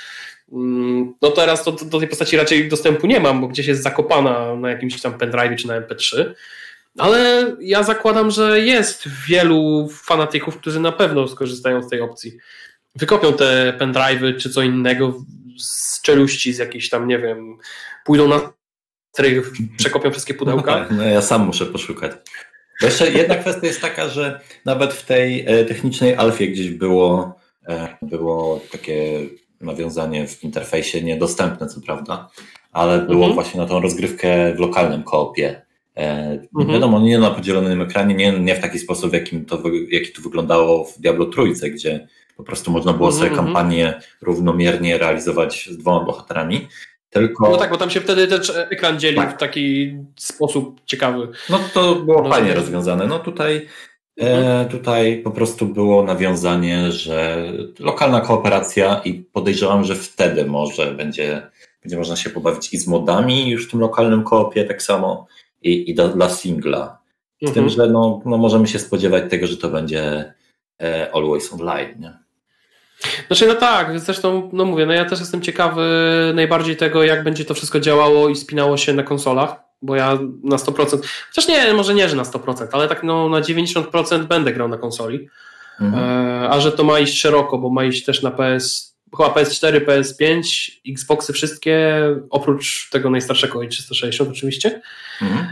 [SPEAKER 1] No teraz to, to, do tej postaci raczej dostępu nie mam, bo gdzieś jest zakopana na jakimś tam pendrive czy na em pe trzy, ale ja zakładam, że jest wielu fanatyków, którzy na pewno skorzystają z tej opcji. Wykopią te pendrive'y czy co innego z czeluści, z jakiejś tam, nie wiem, pójdą na strych, przekopią wszystkie pudełka.
[SPEAKER 2] No, no ja sam muszę poszukać. Bo jeszcze jedna kwestia jest taka, że nawet w tej technicznej alfie gdzieś było, było takie nawiązanie w interfejsie niedostępne, co prawda, ale było mhm. właśnie na tą rozgrywkę w lokalnym koopie. Mhm. Wiadomo, nie na podzielonym ekranie, nie, nie w taki sposób, w jakim to, jaki to wyglądało w Diablo trójce, gdzie po prostu można było sobie mm-hmm. kampanię równomiernie realizować z dwoma bohaterami. Tylko...
[SPEAKER 1] No tak, bo tam się wtedy też ekran dzielił tak. w taki sposób ciekawy.
[SPEAKER 2] No to było no, fajnie to... rozwiązane. No tutaj, mm-hmm. e, tutaj po prostu było nawiązanie, że lokalna kooperacja i podejrzewam, że wtedy może będzie, będzie można się pobawić i z modami już w tym lokalnym koopie tak samo i, i do, dla singla. Z mm-hmm. tym, że no, no możemy się spodziewać tego, że to będzie e, Always Online, nie?
[SPEAKER 1] Znaczy no tak, zresztą no mówię, no ja też jestem ciekawy najbardziej tego, jak będzie to wszystko działało i spinało się na konsolach, bo ja na sto procent, chociaż nie, może nie, że na sto procent, ale tak no na dziewięćdziesiąt procent będę grał na konsoli, mhm. e, a że to ma iść szeroko, bo ma iść też na P S, chyba P S cztery, P S pięć, Xboxy wszystkie, oprócz tego najstarszego i trzysta sześćdziesiąt oczywiście, mhm.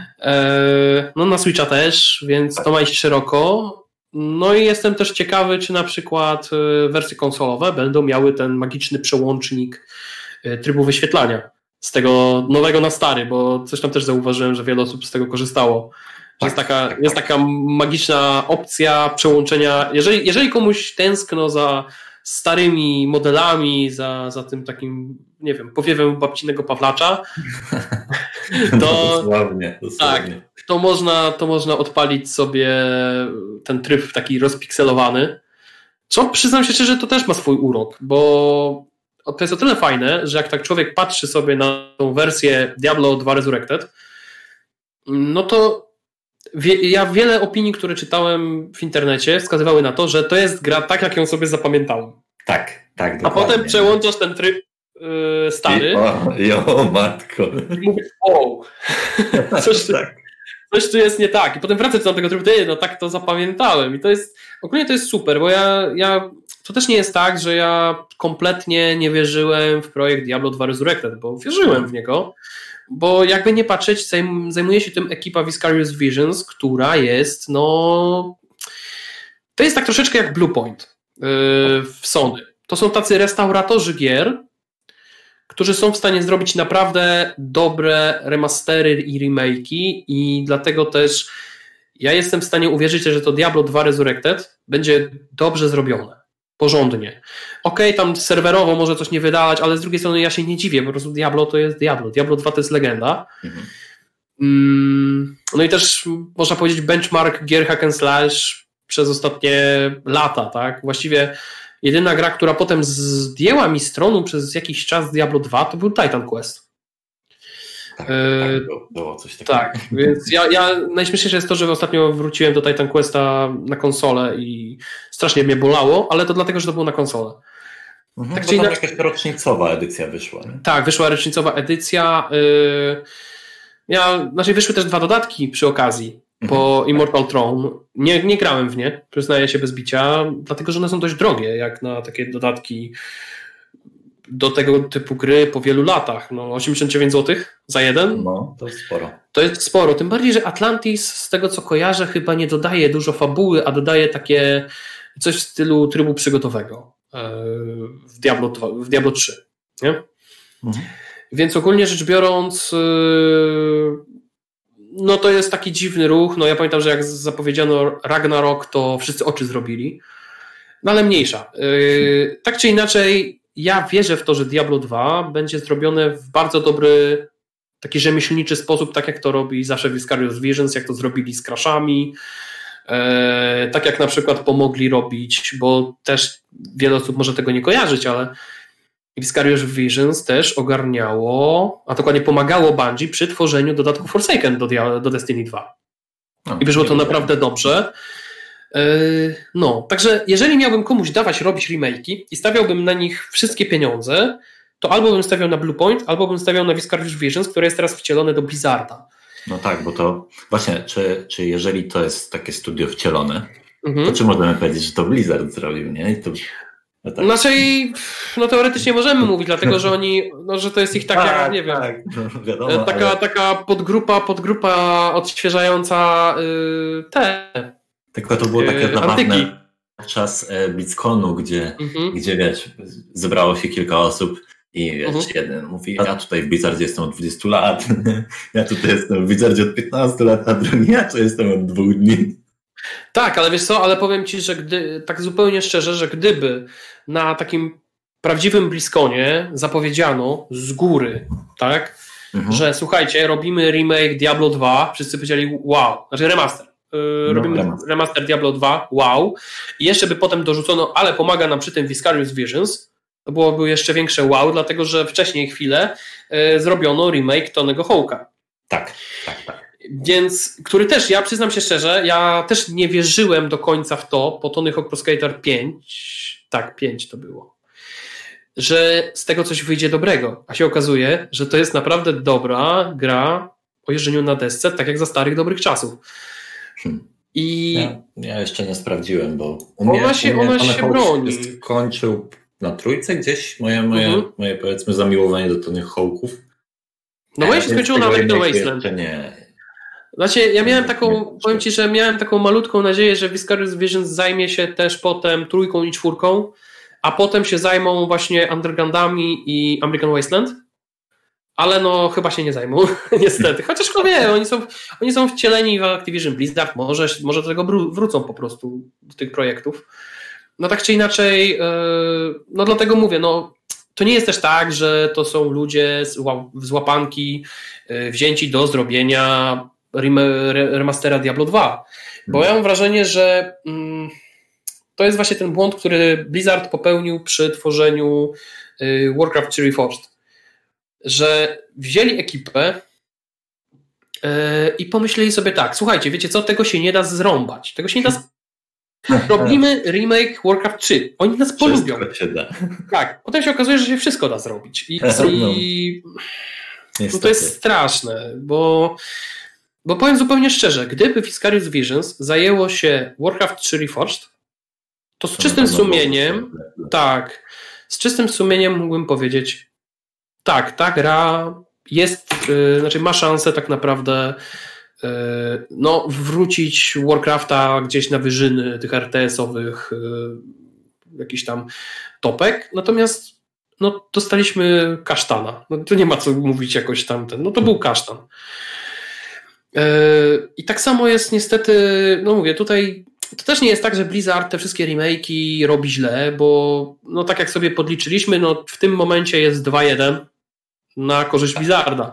[SPEAKER 1] e, no na Switcha też, więc to ma iść szeroko. No i jestem też ciekawy, czy na przykład wersje konsolowe będą miały ten magiczny przełącznik trybu wyświetlania z tego nowego na stary, bo coś tam też zauważyłem, że wiele osób z tego korzystało. Tak, jest, taka, tak, jest taka magiczna opcja przełączenia. Jeżeli, jeżeli komuś tęskno za starymi modelami, za, za tym takim, nie wiem, powiewem babcinego Pawlacza, to,
[SPEAKER 2] dosłownie, dosłownie.
[SPEAKER 1] Tak, to można, to można odpalić sobie ten tryb taki rozpikselowany, co przyznam się szczerze, to też ma swój urok, bo to jest o tyle fajne, że jak tak człowiek patrzy sobie na tą wersję Diablo dwa Resurrected, no to wie, ja wiele opinii, które czytałem w internecie, wskazywały na to, że to jest gra tak, jak ją sobie zapamiętałem.
[SPEAKER 2] Tak, tak.
[SPEAKER 1] A dokładnie. Potem przełączasz ten tryb yy, stary.
[SPEAKER 2] I, o, jo, matko.
[SPEAKER 1] I mówię, wow. Coś, tak. coś tu jest nie tak. I potem wracać do tego trybu, no tak to zapamiętałem. I to jest, ogólnie to jest super, bo ja, ja, to też nie jest tak, że ja kompletnie nie wierzyłem w projekt Diablo dwa Resurrected, bo wierzyłem w niego, bo jakby nie patrzeć, zajmuje się tym ekipa Vicarious Visions, która jest, no, to jest tak troszeczkę jak Bluepoint yy, w Sony. To są tacy restauratorzy gier, którzy są w stanie zrobić naprawdę dobre remastery i remake'i i dlatego też ja jestem w stanie uwierzyć, że to Diablo dwa Resurrected będzie dobrze zrobione, porządnie. Okej, okay, tam serwerowo może coś nie wydać, ale z drugiej strony ja się nie dziwię, po prostu Diablo to jest Diablo. Diablo dwa to jest legenda. Mhm. No i też można powiedzieć benchmark gier hack and slash przez ostatnie lata, tak? Właściwie jedyna gra, która potem zdjęła mi z tronu przez jakiś czas Diablo dwa, to był Titan Quest.
[SPEAKER 2] Tak, e... tak było, było coś takiego.
[SPEAKER 1] Tak, więc ja, ja najśmieszniejsze jest to, że ostatnio wróciłem do Titan Questa na konsolę i strasznie mnie bolało, ale to dlatego, że to było na konsolę.
[SPEAKER 2] Mhm, tak, czyli tam inaczej... jakaś rocznicowa edycja wyszła. Nie?
[SPEAKER 1] Tak, wyszła rocznicowa edycja. Yy... Ja, znaczy wyszły też dwa dodatki przy okazji. Po Immortal Throne. Nie, nie grałem w nie, przyznaję się bez bicia, dlatego że one są dość drogie, jak na takie dodatki do tego typu gry po wielu latach. No, osiemdziesiąt dziewięć złotych za jeden.
[SPEAKER 2] No, to jest sporo.
[SPEAKER 1] To jest sporo, tym bardziej, że Atlantis, z tego co kojarzę, chyba nie dodaje dużo fabuły, a dodaje takie coś w stylu trybu przygodowego w Diablo dwa, w Diablo trzy. Nie? Mhm. Więc ogólnie rzecz biorąc, no to jest taki dziwny ruch. No ja pamiętam, że jak zapowiedziano Ragnarok, to wszyscy oczy zrobili. No ale mniejsza. Yy, tak czy inaczej, ja wierzę w to, że Diablo dwa będzie zrobione w bardzo dobry, taki rzemieślniczy sposób, tak jak to robi zawsze Vicarious Visions, jak to zrobili z Crashami, yy, tak jak na przykład pomogli robić, bo też wiele osób może tego nie kojarzyć, ale Vicarious Visions też ogarniało, a dokładnie pomagało Bungie przy tworzeniu dodatku Forsaken do, do Destiny dwa. No, i wyszło to naprawdę dobrze. Yy, no, także jeżeli miałbym komuś dawać robić remake'i i stawiałbym na nich wszystkie pieniądze, to albo bym stawiał na Bluepoint, albo bym stawiał na Vicarious Visions, które jest teraz wcielone do Blizzarda.
[SPEAKER 2] No tak, bo to właśnie, czy, czy jeżeli to jest takie studio wcielone, mhm. to czy możemy powiedzieć, że to Blizzard zrobił, nie? I to...
[SPEAKER 1] No tak. Znaczy, no teoretycznie możemy mówić, dlatego że oni, no, że to jest ich taka, tak, nie wiem, tak, no, wiadomo, taka, ale... taka podgrupa, podgrupa odświeżająca yy, te.
[SPEAKER 2] Tylko to było takie yy, zabawne podczas e, BlizzConu, gdzie, mhm. gdzie wiesz, zebrało się kilka osób i wiesz, mhm. jeden mówi, ja tutaj w Blizzardzie jestem od dwudziestu lat, ja tutaj jestem w Blizzardzie od piętnastu lat, a drugi ja tu jestem od dwóch dni.
[SPEAKER 1] Tak, ale wiesz co, ale powiem ci, że gdy, tak zupełnie szczerze, że gdyby na takim prawdziwym BlizzConie zapowiedziano z góry, tak, mhm. że słuchajcie, robimy remake Diablo dwa, wszyscy powiedzieli wow, znaczy remaster, yy, robimy no, remaster. remaster Diablo dwa, wow, i jeszcze by potem dorzucono, ale pomaga nam przy tym Vicarious Visions, to byłoby jeszcze większe wow, dlatego że wcześniej chwilę yy, zrobiono remake Tonego Hawka.
[SPEAKER 2] Tak, tak, tak.
[SPEAKER 1] Więc, który też, ja przyznam się szczerze, ja też nie wierzyłem do końca w to, po Tony Hawk Pro Skater pięć, tak, pięć to było, że z tego coś wyjdzie dobrego, a się okazuje, że to jest naprawdę dobra gra o jeżdżeniu na desce, tak jak za starych dobrych czasów.
[SPEAKER 2] Hmm.
[SPEAKER 1] I
[SPEAKER 2] ja, ja jeszcze nie sprawdziłem, bo
[SPEAKER 1] u mnie, ona się, u mnie ona się broni.
[SPEAKER 2] Skończył na trójce gdzieś moje, moje, mhm. moje powiedzmy zamiłowanie do Tony Hawków.
[SPEAKER 1] No moje się skończyło na American Wasteland.
[SPEAKER 2] Nie.
[SPEAKER 1] Znaczy, ja miałem taką, powiem ci, że miałem taką malutką nadzieję, że Vicarious Visions zajmie się też potem trójką i czwórką, a potem się zajmą właśnie Undergroundami i American Wasteland, ale no chyba się nie zajmą, niestety. Chociaż kto wie, oni są, oni są wcieleni w Activision Blizzard, może, może do tego wrócą po prostu do tych projektów. No tak czy inaczej, no dlatego mówię, no to nie jest też tak, że to są ludzie z łapanki wzięci do zrobienia remastera Diablo dwa, bo ja mam wrażenie, że mm, to jest właśnie ten błąd, który Blizzard popełnił przy tworzeniu y, Warcraft trzy Reforged, że wzięli ekipę y, i pomyśleli sobie tak, słuchajcie, wiecie co, tego się nie da zrąbać, tego się nie da z... robimy remake Warcraft trzy, oni nas polubią.
[SPEAKER 2] Się da.
[SPEAKER 1] Tak, potem się okazuje, że się wszystko da zrobić i, i... No to jest straszne, bo bo powiem zupełnie szczerze, gdyby Vicarious Visions zajęło się Warcraft trzy Reforged, to z to czystym sumieniem, tak, z czystym sumieniem mógłbym powiedzieć, tak, ta gra jest, yy, znaczy ma szansę tak naprawdę yy, no, wrócić Warcrafta gdzieś na wyżyny tych er te esowych yy, jakichś tam topek, natomiast no, dostaliśmy kasztana. No, to nie ma co mówić jakoś tamten. No to był kasztan. Yy, I tak samo jest niestety, no mówię, tutaj to też nie jest tak, że Blizzard te wszystkie remake'i robi źle, bo no tak jak sobie podliczyliśmy, no w tym momencie jest dwa jeden na korzyść Blizzarda.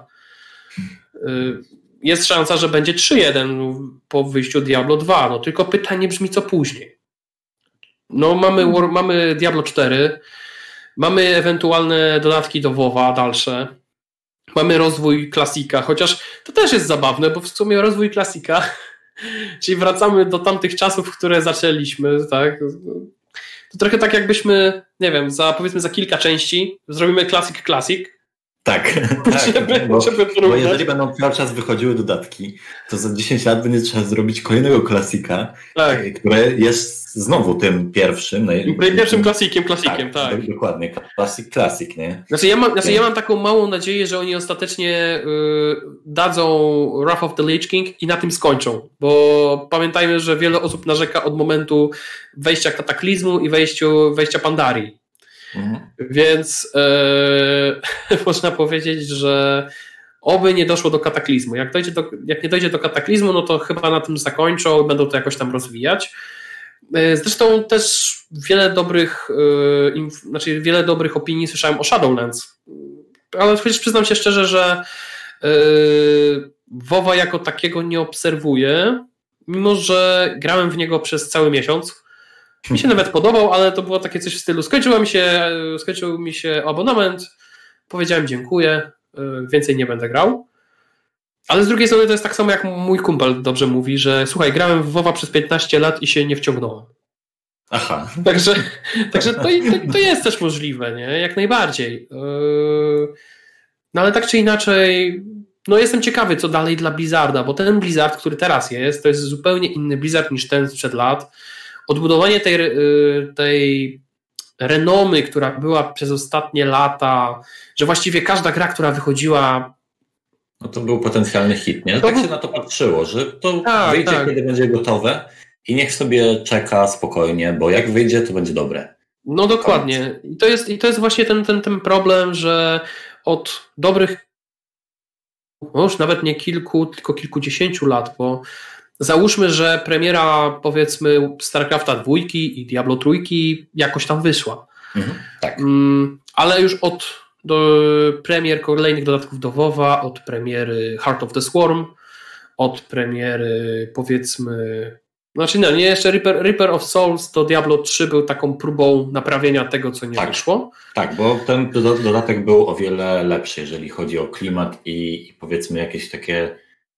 [SPEAKER 1] Yy, jest szansa, że będzie trzy jeden po wyjściu Diablo dwa, no tylko pytanie brzmi, co później. No mamy, War, mamy Diablo cztery, mamy ewentualne dodatki do WoWa dalsze, mamy rozwój klasika, chociaż to też jest zabawne, bo w sumie rozwój klasika, czyli wracamy do tamtych czasów, które zaczęliśmy, tak? To trochę tak jakbyśmy, nie wiem, za powiedzmy za kilka części zrobimy Classic Classic.
[SPEAKER 2] Tak, tak,
[SPEAKER 1] żeby,
[SPEAKER 2] bo,
[SPEAKER 1] żeby
[SPEAKER 2] bo jeżeli będą cały czas wychodziły dodatki, to za dziesięć lat będzie trzeba zrobić kolejnego klasika, tak. Który jest znowu tym pierwszym.
[SPEAKER 1] Pierwszym klasikiem, klasikiem, tak. tak.
[SPEAKER 2] Dokładnie, klasik, klasik, nie?
[SPEAKER 1] Znaczy ja, mam, znaczy ja mam taką małą nadzieję, że oni ostatecznie y, dadzą Wrath of the Lich King i na tym skończą, bo pamiętajmy, że wiele osób narzeka od momentu wejścia Kataklizmu i wejściu, wejścia Pandarii. Mhm. Więc yy, można powiedzieć, że oby nie doszło do kataklizmu. Jak, dojdzie do, jak nie dojdzie do kataklizmu, no to chyba na tym zakończą i będą to jakoś tam rozwijać. Yy, zresztą też wiele dobrych yy, im, znaczy wiele dobrych opinii słyszałem o Shadowlands, ale przecież przyznam się szczerze, że yy, WoWa jako takiego nie obserwuję, mimo że grałem w niego przez cały miesiąc. Mi się nawet podobał, ale to było takie coś w stylu skończyło mi się, skończył mi się abonament, powiedziałem dziękuję, więcej nie będę grał. Ale z drugiej strony to jest tak samo jak mój kumpel dobrze mówi, że słuchaj, grałem w WoWa przez piętnaście lat i się nie wciągnąłem.
[SPEAKER 2] Aha.
[SPEAKER 1] Także, także to, to, to jest też możliwe, nie? Jak najbardziej. No ale tak czy inaczej, no jestem ciekawy, co dalej dla Blizzarda, bo ten Blizzard, który teraz jest, to jest zupełnie inny Blizzard niż ten sprzed lat. Odbudowanie tej, tej renomy, która była przez ostatnie lata, że właściwie każda gra, która wychodziła...
[SPEAKER 2] No to był potencjalny hit, nie? Tak się na to patrzyło, że to tak, wyjdzie, tak. kiedy będzie gotowe i niech sobie czeka spokojnie, bo jak wyjdzie, to będzie dobre.
[SPEAKER 1] No dokładnie. I to jest, i to jest właśnie ten, ten, ten problem, że od dobrych, no już nawet nie kilku, tylko kilkudziesięciu lat, bo załóżmy, że premiera powiedzmy StarCrafta dwójki i Diablo trójki jakoś tam wyszła.
[SPEAKER 2] Mhm, tak.
[SPEAKER 1] Um, ale już od do premier kolejnych dodatków do WoWa, od premiery Heart of the Swarm, od premiery powiedzmy, znaczy no, nie jeszcze Reaper, Reaper of Souls, to Diablo trzy był taką próbą naprawienia tego, co nie
[SPEAKER 2] tak,
[SPEAKER 1] wyszło.
[SPEAKER 2] Tak, bo ten dodatek był o wiele lepszy, jeżeli chodzi o klimat i, i powiedzmy jakieś takie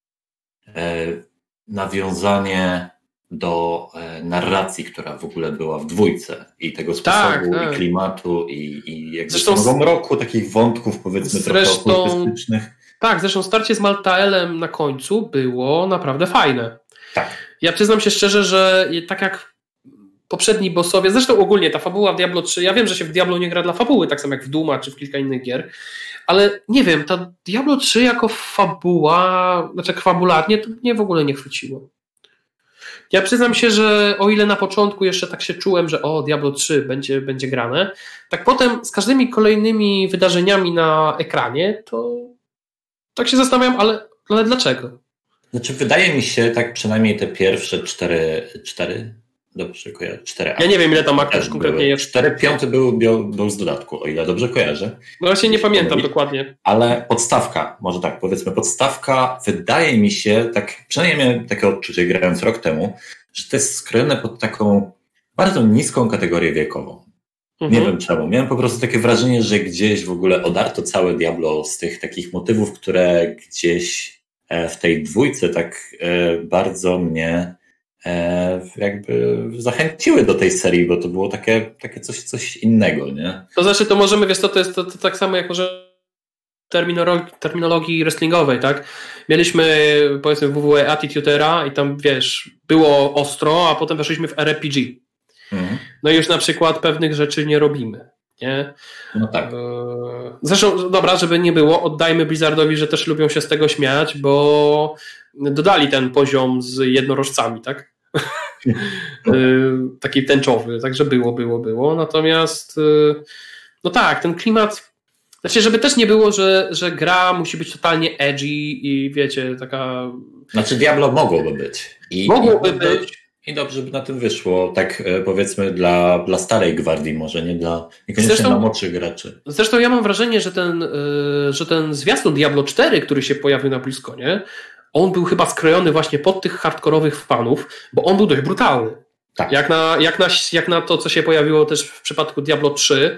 [SPEAKER 2] e, nawiązanie do e, narracji, która w ogóle była w dwójce i tego sposobu tak, tak. i klimatu i, i jakby zresztą samego mroku takich wątków powiedzmy zresztą, trochę okultystycznych.
[SPEAKER 1] Tak, zresztą starcie z Maltaelem na końcu było naprawdę fajne.
[SPEAKER 2] Tak.
[SPEAKER 1] Ja przyznam się szczerze, że tak jak poprzedni bossowie, zresztą ogólnie ta fabuła w Diablo trzy, ja wiem, że się w Diablo nie gra dla fabuły, tak samo jak w Dooma czy w kilka innych gier, ale nie wiem, ta Diablo trzy jako fabuła, znaczy fabularnie, to mnie w ogóle nie chwyciło. Ja przyznam się, że o ile na początku jeszcze tak się czułem, że o, Diablo trzy będzie, będzie grane, tak potem z każdymi kolejnymi wydarzeniami na ekranie, to tak się zastanawiam, ale, ale dlaczego?
[SPEAKER 2] Znaczy wydaje mi się, tak przynajmniej te pierwsze cztery, cztery dobrze kojarzę, cztery
[SPEAKER 1] Ja nie wiem, ile tam ma też konkretnie jest.
[SPEAKER 2] Cztery piąty był, był, był z dodatku, o ile dobrze kojarzę.
[SPEAKER 1] No właśnie nie pamiętam mówić, dokładnie.
[SPEAKER 2] Ale podstawka, może tak powiedzmy, podstawka wydaje mi się, tak przynajmniej miałem takie odczucie grając rok temu, że to jest skrojone pod taką bardzo niską kategorię wiekową. Mhm. Nie wiem czemu. Miałem po prostu takie wrażenie, że gdzieś w ogóle odarto całe Diablo z tych takich motywów, które gdzieś w tej dwójce tak bardzo mnie jakby zachęciły do tej serii, bo to było takie, takie coś, coś innego, nie?
[SPEAKER 1] To znaczy, to możemy, wiesz co, to jest to, to tak samo jak może terminologii, terminologii wrestlingowej, tak? Mieliśmy, powiedzmy, W W E Attitude Era i tam, wiesz, było ostro, a potem weszliśmy w R P G. Mhm. No i już na przykład pewnych rzeczy nie robimy, nie?
[SPEAKER 2] No tak.
[SPEAKER 1] Zresztą, dobra, żeby nie było, oddajmy Blizzardowi, że też lubią się z tego śmiać, bo dodali ten poziom z jednorożcami, tak? Taki tęczowy, także było, było, było. Natomiast no tak, ten klimat, znaczy, żeby też nie było, że, że gra musi być totalnie edgy i wiecie, taka...
[SPEAKER 2] Znaczy Diablo mogłoby być. I,
[SPEAKER 1] mogłoby
[SPEAKER 2] i,
[SPEAKER 1] być.
[SPEAKER 2] I dobrze by na tym wyszło, tak powiedzmy dla, dla starej gwardii może, nie dla niekoniecznie
[SPEAKER 1] zresztą,
[SPEAKER 2] dla młodszych graczy.
[SPEAKER 1] Zresztą ja mam wrażenie, że ten, że ten zwiastun Diablo cztery, który się pojawił na BlizzConie, on był chyba skrojony właśnie pod tych hardkorowych fanów, bo on był dość brutalny. Tak. Jak na, jak na, jak na to, co się pojawiło też w przypadku Diablo trzy,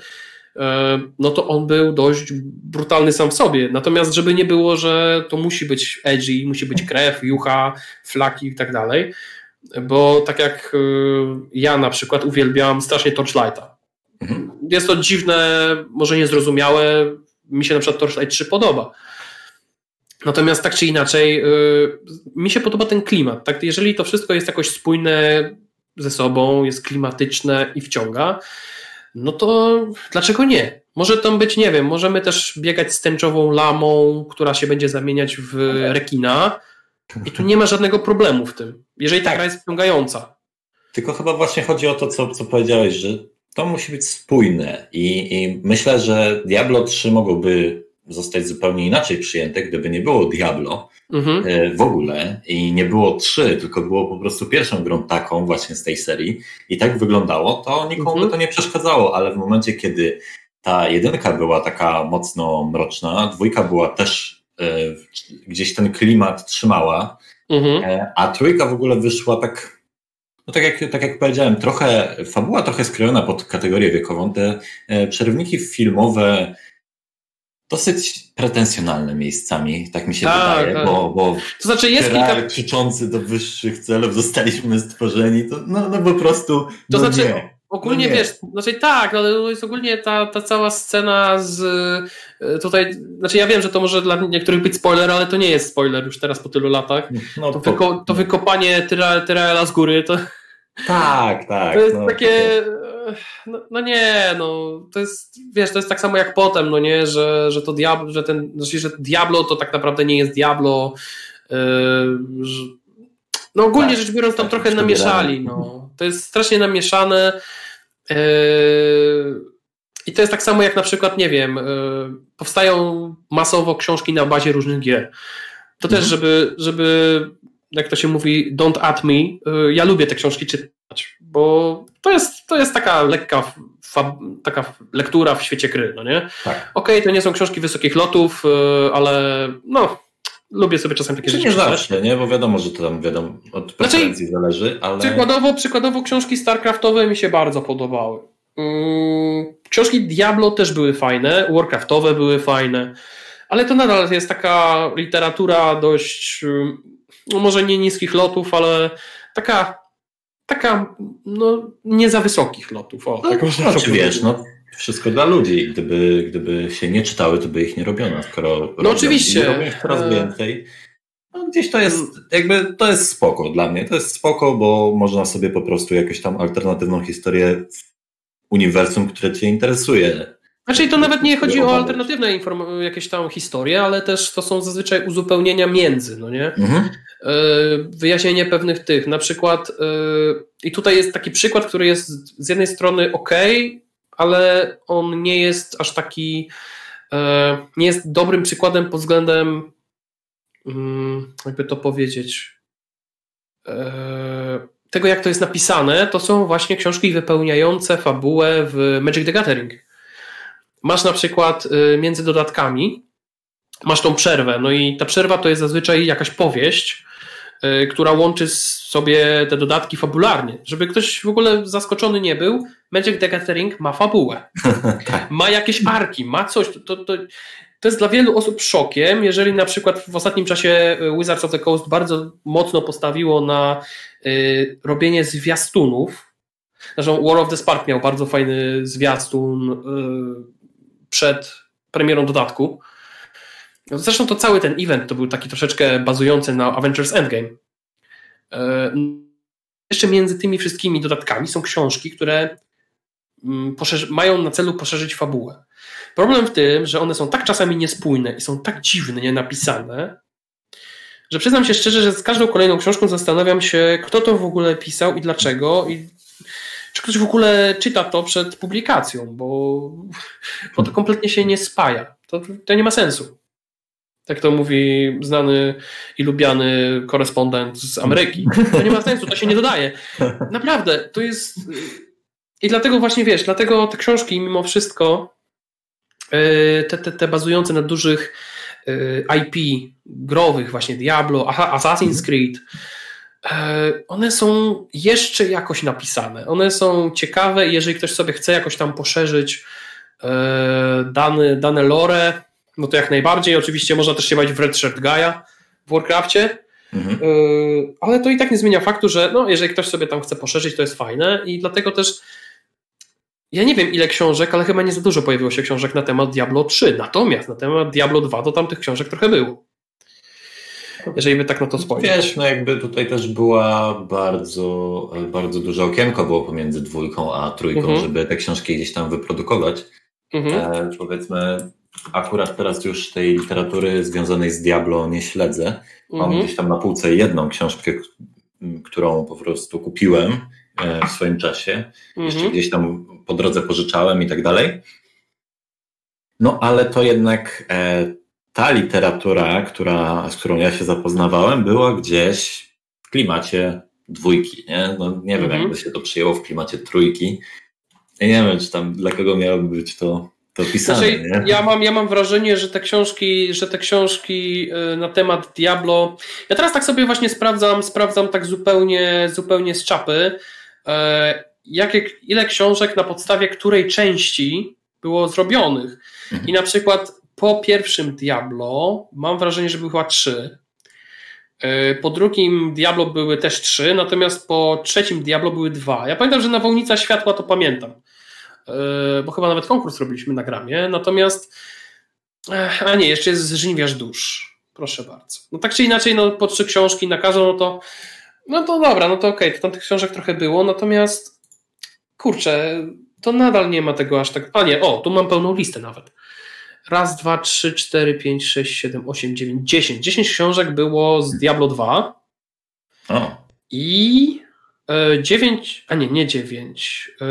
[SPEAKER 1] no to on był dość brutalny sam w sobie. Natomiast żeby nie było, że to musi być edgy, musi być krew, jucha, flaki i tak dalej, bo tak jak ja na przykład uwielbiam strasznie Torchlighta. Mhm. Jest to dziwne, może niezrozumiałe, mi się na przykład Torchlight trzy podoba. Natomiast tak czy inaczej yy, mi się podoba ten klimat. Tak? Jeżeli to wszystko jest jakoś spójne ze sobą, jest klimatyczne i wciąga, no to dlaczego nie? Może tam być, nie wiem, możemy też biegać z tęczową lamą, która się będzie zamieniać w rekina i tu nie ma żadnego problemu w tym, jeżeli ta tak. gra jest wciągająca.
[SPEAKER 2] Tylko chyba właśnie chodzi o to, co, co powiedziałeś, że to musi być spójne i, i myślę, że Diablo trzy mogłoby zostać zupełnie inaczej przyjęte, gdyby nie było Diablo mhm. w ogóle i nie było trzy, tylko było po prostu pierwszą grą taką właśnie z tej serii i tak wyglądało, to nikomu mhm. by to nie przeszkadzało, ale w momencie, kiedy ta jedynka była taka mocno mroczna, dwójka była też e, gdzieś ten klimat trzymała, mhm. e, a trójka w ogóle wyszła tak, no tak jak, tak jak powiedziałem, trochę fabuła trochę skrojona pod kategorię wiekową, te e, przerywniki filmowe dosyć pretensjonalne miejscami, tak mi się tak, wydaje, tak. bo, bo
[SPEAKER 1] to znaczy jest kilka...
[SPEAKER 2] krzyczący do wyższych celów zostaliśmy stworzeni, to no, no po prostu to
[SPEAKER 1] no znaczy
[SPEAKER 2] nie.
[SPEAKER 1] ogólnie no wiesz, znaczy tak, ale to jest ogólnie ta, ta cała scena z tutaj, znaczy ja wiem, że to może dla niektórych być spoiler, ale to nie jest spoiler już teraz po tylu latach. No, to, to, wyko, to wykopanie Tyra, Tyraela z góry, to
[SPEAKER 2] tak, tak.
[SPEAKER 1] To jest
[SPEAKER 2] no,
[SPEAKER 1] takie, no, no nie, no to jest, wiesz, to jest tak samo jak potem, no nie, że, że to Diablo, że ten, znaczy, że Diablo to tak naprawdę nie jest Diablo, yy, że, no ogólnie tak, rzecz biorąc tam tak, trochę namieszali, no, to jest strasznie namieszane yy, i to jest tak samo jak na przykład, nie wiem, yy, powstają masowo książki na bazie różnych gier, to mhm. też, żeby, żeby jak to się mówi, don't at me, ja lubię te książki czytać, bo to jest, to jest taka lekka fab, taka lektura w świecie gry, no nie? Tak. Okej, okay, to nie są książki wysokich lotów, ale no, lubię sobie czasem takie rzeczy
[SPEAKER 2] czytać. Nie zawsze, nie? Bo wiadomo, że to tam wiadomo, od preferencji znaczy, zależy, ale...
[SPEAKER 1] Przykładowo, przykładowo książki StarCraftowe mi się bardzo podobały. Książki Diablo też były fajne, Warcraftowe były fajne, ale to nadal jest taka literatura dość... no może nie niskich lotów, ale taka, taka no nie za wysokich lotów. O,
[SPEAKER 2] no,
[SPEAKER 1] tak
[SPEAKER 2] no, czy wiesz, no wszystko dla ludzi. Gdyby, gdyby się nie czytały, to by ich nie robiono, skoro
[SPEAKER 1] no
[SPEAKER 2] robią,
[SPEAKER 1] oczywiście.
[SPEAKER 2] robią ich coraz więcej. No, gdzieś to jest, jakby to jest spoko dla mnie. To jest spoko, bo można sobie po prostu jakąś tam alternatywną historię w uniwersum, które cię interesuje.
[SPEAKER 1] Znaczy to nawet nie chodzi o alternatywne inform- jakieś tam historie, ale też to są zazwyczaj uzupełnienia między, no nie? Mhm. Wyjaśnienie pewnych tych, na przykład i tutaj jest taki przykład, który jest z jednej strony ok, ale on nie jest aż taki, nie jest dobrym przykładem pod względem, jakby to powiedzieć, tego jak to jest napisane, to są właśnie książki wypełniające fabułę w Magic the Gathering. Masz na przykład między dodatkami, masz tą przerwę, no i ta przerwa to jest zazwyczaj jakaś powieść, która łączy sobie te dodatki fabularnie. Żeby ktoś w ogóle zaskoczony nie był, Magic the Gathering ma fabułę. Ma jakieś arki, ma coś. To, to, to jest dla wielu osób szokiem, jeżeli na przykład w ostatnim czasie Wizards of the Coast bardzo mocno postawiło na y, robienie zwiastunów. Zresztą War of the Spark miał bardzo fajny zwiastun y, przed premierą dodatku. Zresztą to cały ten event to był taki troszeczkę bazujący na Avengers Endgame. Jeszcze między tymi wszystkimi dodatkami są książki, które poszerzy- mają na celu poszerzyć fabułę. Problem w tym, że one są tak czasami niespójne i są tak dziwnie napisane, że przyznam się szczerze, że z każdą kolejną książką zastanawiam się, kto to w ogóle pisał i dlaczego, i czy ktoś w ogóle czyta to przed publikacją, bo, bo to kompletnie się nie spaja. To, to nie ma sensu. Tak to mówi znany i lubiany korespondent z Ameryki. To nie ma sensu, to się nie dodaje. Naprawdę, to jest... I dlatego właśnie, wiesz, dlatego te książki mimo wszystko, te, te, te bazujące na dużych I P growych, właśnie Diablo, Assassin's Creed, one są jeszcze jakoś napisane. One są ciekawe i jeżeli ktoś sobie chce jakoś tam poszerzyć dane, dane lore, no to jak najbardziej. Oczywiście można też się bawić w Red Shirt Guy'a w Warcrafcie, mhm. ale to i tak nie zmienia faktu, że no, jeżeli ktoś sobie tam chce poszerzyć, to jest fajne i dlatego też ja nie wiem ile książek, ale chyba nie za dużo pojawiło się książek na temat Diablo trzy, natomiast na temat Diablo dwa to tam tych książek trochę było. Jeżeli by tak na to spojrzeć.
[SPEAKER 2] Wiesz, no jakby tutaj też była bardzo, bardzo duże okienko było pomiędzy dwójką a trójką, mhm. żeby te książki gdzieś tam wyprodukować. Mhm. E, powiedzmy, akurat teraz już tej literatury związanej z Diablo nie śledzę. Mam mhm. gdzieś tam na półce jedną książkę, którą po prostu kupiłem w swoim czasie. Mhm. Jeszcze gdzieś tam po drodze pożyczałem i tak dalej. No ale to jednak e, ta literatura, która, z którą ja się zapoznawałem, była gdzieś w klimacie dwójki. Nie, no, nie wiem, mhm. jakby się to przyjęło w klimacie trójki. Ja nie wiem, czy tam dla kogo miałoby być to, to pisane. Znaczy, nie?
[SPEAKER 1] Ja, mam, ja mam wrażenie, że te książki, że te książki na temat Diablo. Ja teraz tak sobie właśnie sprawdzam, sprawdzam tak zupełnie, zupełnie z czapy, jak, ile książek na podstawie której części było zrobionych. Mhm. I na przykład po pierwszym Diablo mam wrażenie, że były chyba trzy. Po drugim Diablo były też trzy, natomiast po trzecim Diablo były dwa. Ja pamiętam, że Nawałnica Światła to pamiętam, bo chyba nawet konkurs robiliśmy na Gramie, natomiast a nie, jeszcze jest Żniwiarz Dusz. Proszę bardzo. No tak czy inaczej, no po trzy książki na każdą, no to no to dobra, no to okej, okay, to tam tych książek trochę było, natomiast kurczę, to nadal nie ma tego aż tak... A nie, o, tu mam pełną listę nawet. Raz, dwa, trzy, cztery, pięć, sześć, siedem, osiem, dziewięć, dziesięć. Dziesięć książek było z Diablo dwa.
[SPEAKER 2] O.
[SPEAKER 1] I e, dziewięć, a nie, nie dziewięć. E,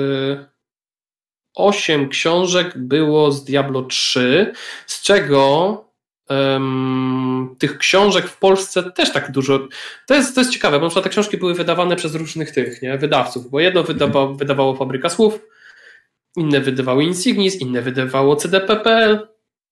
[SPEAKER 1] osiem książek było z Diablo trzy, z czego Um, tych książek w Polsce też tak dużo. To jest, to jest ciekawe, bo na przykład te książki były wydawane przez różnych tych, nie, wydawców, bo jedno wydawa, wydawało Fabryka Słów, inne wydawały Insignis, inne wydawało C D P kropka P L.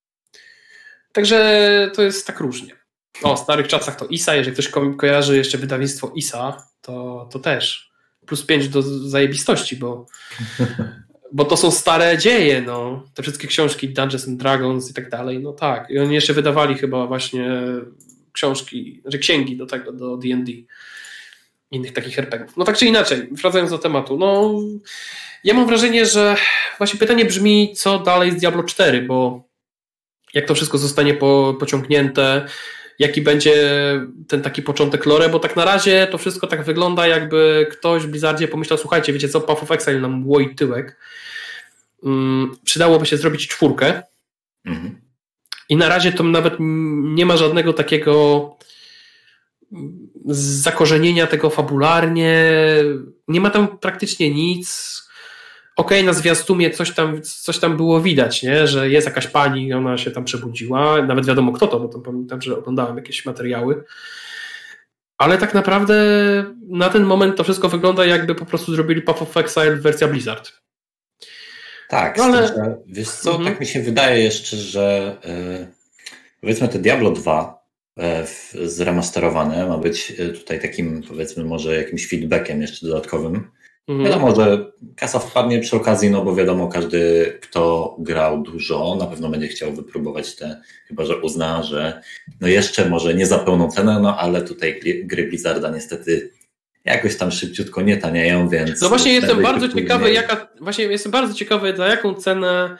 [SPEAKER 1] Także to jest tak różnie. O, w starych czasach to I S A, jeżeli ktoś ko- kojarzy jeszcze wydawnictwo I S A, to, to też plus pięć do zajebistości, bo Bo to są stare dzieje, no. Te wszystkie książki Dungeons and Dragons i tak dalej, no tak. I oni jeszcze wydawali chyba właśnie książki, znaczy księgi do tego, do D and D. Innych takich er pe gie ów. No tak czy inaczej, wracając do tematu, no ja mam wrażenie, że właśnie pytanie brzmi, co dalej z Diablo cztery, bo jak to wszystko zostanie po, pociągnięte, jaki będzie ten taki początek lore, bo tak na razie to wszystko tak wygląda, jakby ktoś w Blizzardzie pomyślał, słuchajcie, wiecie co, Path of Exile nam łoi tyłek, hmm, przydałoby się zrobić czwórkę mhm. i na razie to nawet nie ma żadnego takiego zakorzenienia tego fabularnie, nie ma tam praktycznie nic. Okej, okay, na zwiastunie coś tam, coś tam było widać, nie? Że jest jakaś pani, ona się tam przebudziła, nawet wiadomo kto to, bo tam pamiętam, że oglądałem jakieś materiały, ale tak naprawdę na ten moment to wszystko wygląda, jakby po prostu zrobili Path of Exile wersja Blizzard.
[SPEAKER 2] Tak, no, ale... że, wiesz co, mhm. tak mi się wydaje jeszcze, że yy, powiedzmy te Diablo dwa yy, zremasterowane ma być tutaj takim, powiedzmy może jakimś feedbackiem jeszcze dodatkowym. Mhm. Wiadomo, że kasa wpadnie przy okazji, no bo wiadomo, każdy, kto grał dużo, na pewno będzie chciał wypróbować te, chyba że uzna, że no jeszcze może nie za pełną cenę, no ale tutaj gry Blizzarda niestety jakoś tam szybciutko nie tanieją, więc...
[SPEAKER 1] No właśnie jestem bardzo ciekawy, później... jaka, właśnie jestem bardzo ciekawy, za jaką cenę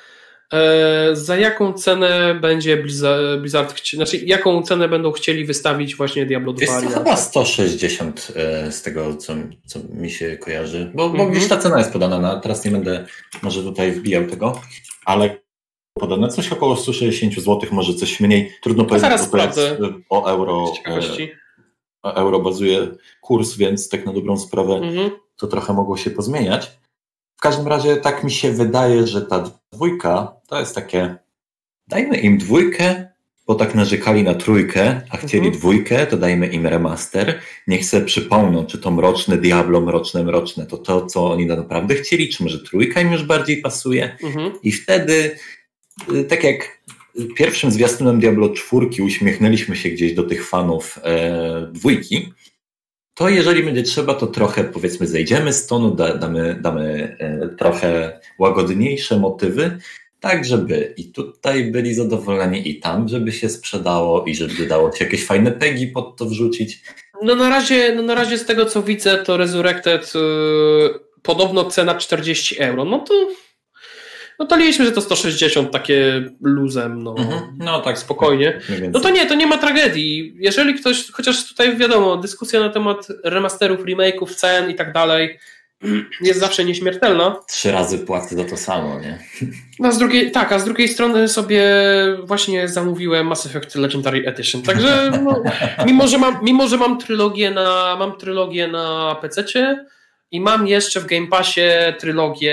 [SPEAKER 1] za jaką cenę będzie Blizzard, Blizzard chci- znaczy jaką cenę będą chcieli wystawić właśnie Diablo dwa?
[SPEAKER 2] Jest to chyba sto sześćdziesiąt z tego, co, co mi się kojarzy, bo, bo mm-hmm. gdzieś ta cena jest podana, na, teraz nie będę może tutaj wbijał tego, ale podane coś około sto sześćdziesiąt złotych, może coś mniej, trudno powiedzieć, bo to jest o euro, o euro bazuje kurs, więc tak na dobrą sprawę mm-hmm. to trochę mogło się pozmieniać. W każdym razie tak mi się wydaje, że ta dwójka to jest takie, dajmy im dwójkę, bo tak narzekali na trójkę, a chcieli mhm. dwójkę, to dajmy im remaster. Niech sobie przypomną, czy to mroczne Diablo, mroczne, mroczne, to to, co oni naprawdę chcieli, czy może trójka im już bardziej pasuje. Mhm. I wtedy, tak jak pierwszym zwiastunem Diablo czwórki uśmiechnęliśmy się gdzieś do tych fanów e, dwójki, to jeżeli będzie trzeba, to trochę powiedzmy zejdziemy z tonu, da, damy, damy e, trochę łagodniejsze motywy, tak żeby i tutaj byli zadowoleni i tam, żeby się sprzedało i żeby dało się jakieś fajne pegi pod to wrzucić.
[SPEAKER 1] No na razie, no na razie z tego co widzę, to Resurrected yy, podobno cena czterdzieści euro, no to no to liczymy, że to sto sześćdziesiąt takie luzem, no, mhm. no tak spokojnie. No to nie, to nie ma tragedii. Jeżeli ktoś, chociaż tutaj wiadomo, dyskusja na temat remasterów, remake'ów, cen i tak dalej jest zawsze nieśmiertelna.
[SPEAKER 2] Trzy razy płacę za to samo, nie?
[SPEAKER 1] No, a z drugiej, tak, a z drugiej strony sobie właśnie zamówiłem Mass Effect Legendary Edition, także no, mimo, że mam, mimo, że mam trylogię na, mam trylogię na pececie i mam jeszcze w Game Passie trylogię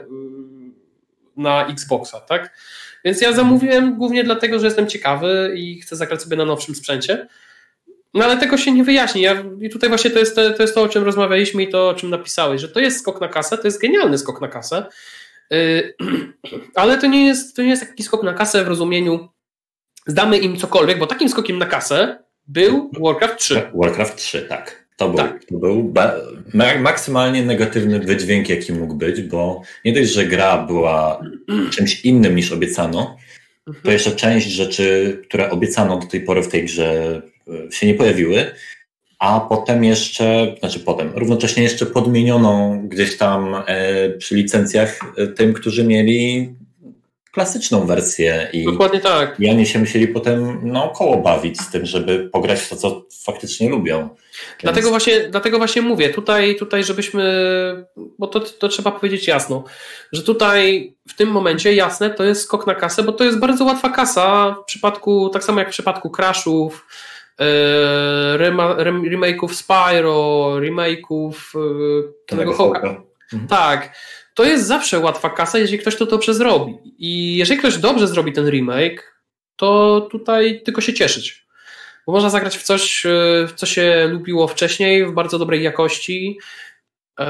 [SPEAKER 1] na Xboxa, tak? Więc ja zamówiłem głównie dlatego, że jestem ciekawy i chcę zagrać sobie na nowszym sprzęcie. No ale tego się nie wyjaśni. Ja, i tutaj właśnie to jest, to, to jest to, o czym rozmawialiśmy i to, o czym napisałeś, że to jest skok na kasę, to jest genialny skok na kasę, yy, ale to nie jest, to nie jest taki skok na kasę w rozumieniu zdamy im cokolwiek, bo takim skokiem na kasę był Warcraft trzy.
[SPEAKER 2] Warcraft trzy, tak. To był, tak. To był ba- maksymalnie negatywny wydźwięk, jaki mógł być, bo nie dość, że gra była czymś innym niż obiecano, to jeszcze część rzeczy, które obiecano do tej pory w tej grze się nie pojawiły, a potem jeszcze, znaczy potem, równocześnie jeszcze podmieniono gdzieś tam e, przy licencjach e, tym, którzy mieli klasyczną wersję i,
[SPEAKER 1] dokładnie tak.
[SPEAKER 2] I oni się musieli potem naokoło bawić z tym, żeby pograć w to, co faktycznie lubią. Więc...
[SPEAKER 1] Dlatego właśnie, dlatego właśnie mówię, tutaj, tutaj żebyśmy, bo to, to trzeba powiedzieć jasno, że tutaj w tym momencie jasne to jest skok na kasę, bo to jest bardzo łatwa kasa w przypadku, tak samo jak w przypadku Crashów, remake'ów Spyro, remake'ów tego Hołka. Mhm. Tak, to jest zawsze łatwa kasa, jeżeli ktoś to dobrze zrobi. I jeżeli ktoś dobrze zrobi ten remake, to tutaj tylko się cieszyć. Bo można zagrać w coś, w co się lubiło wcześniej, w bardzo dobrej jakości yy,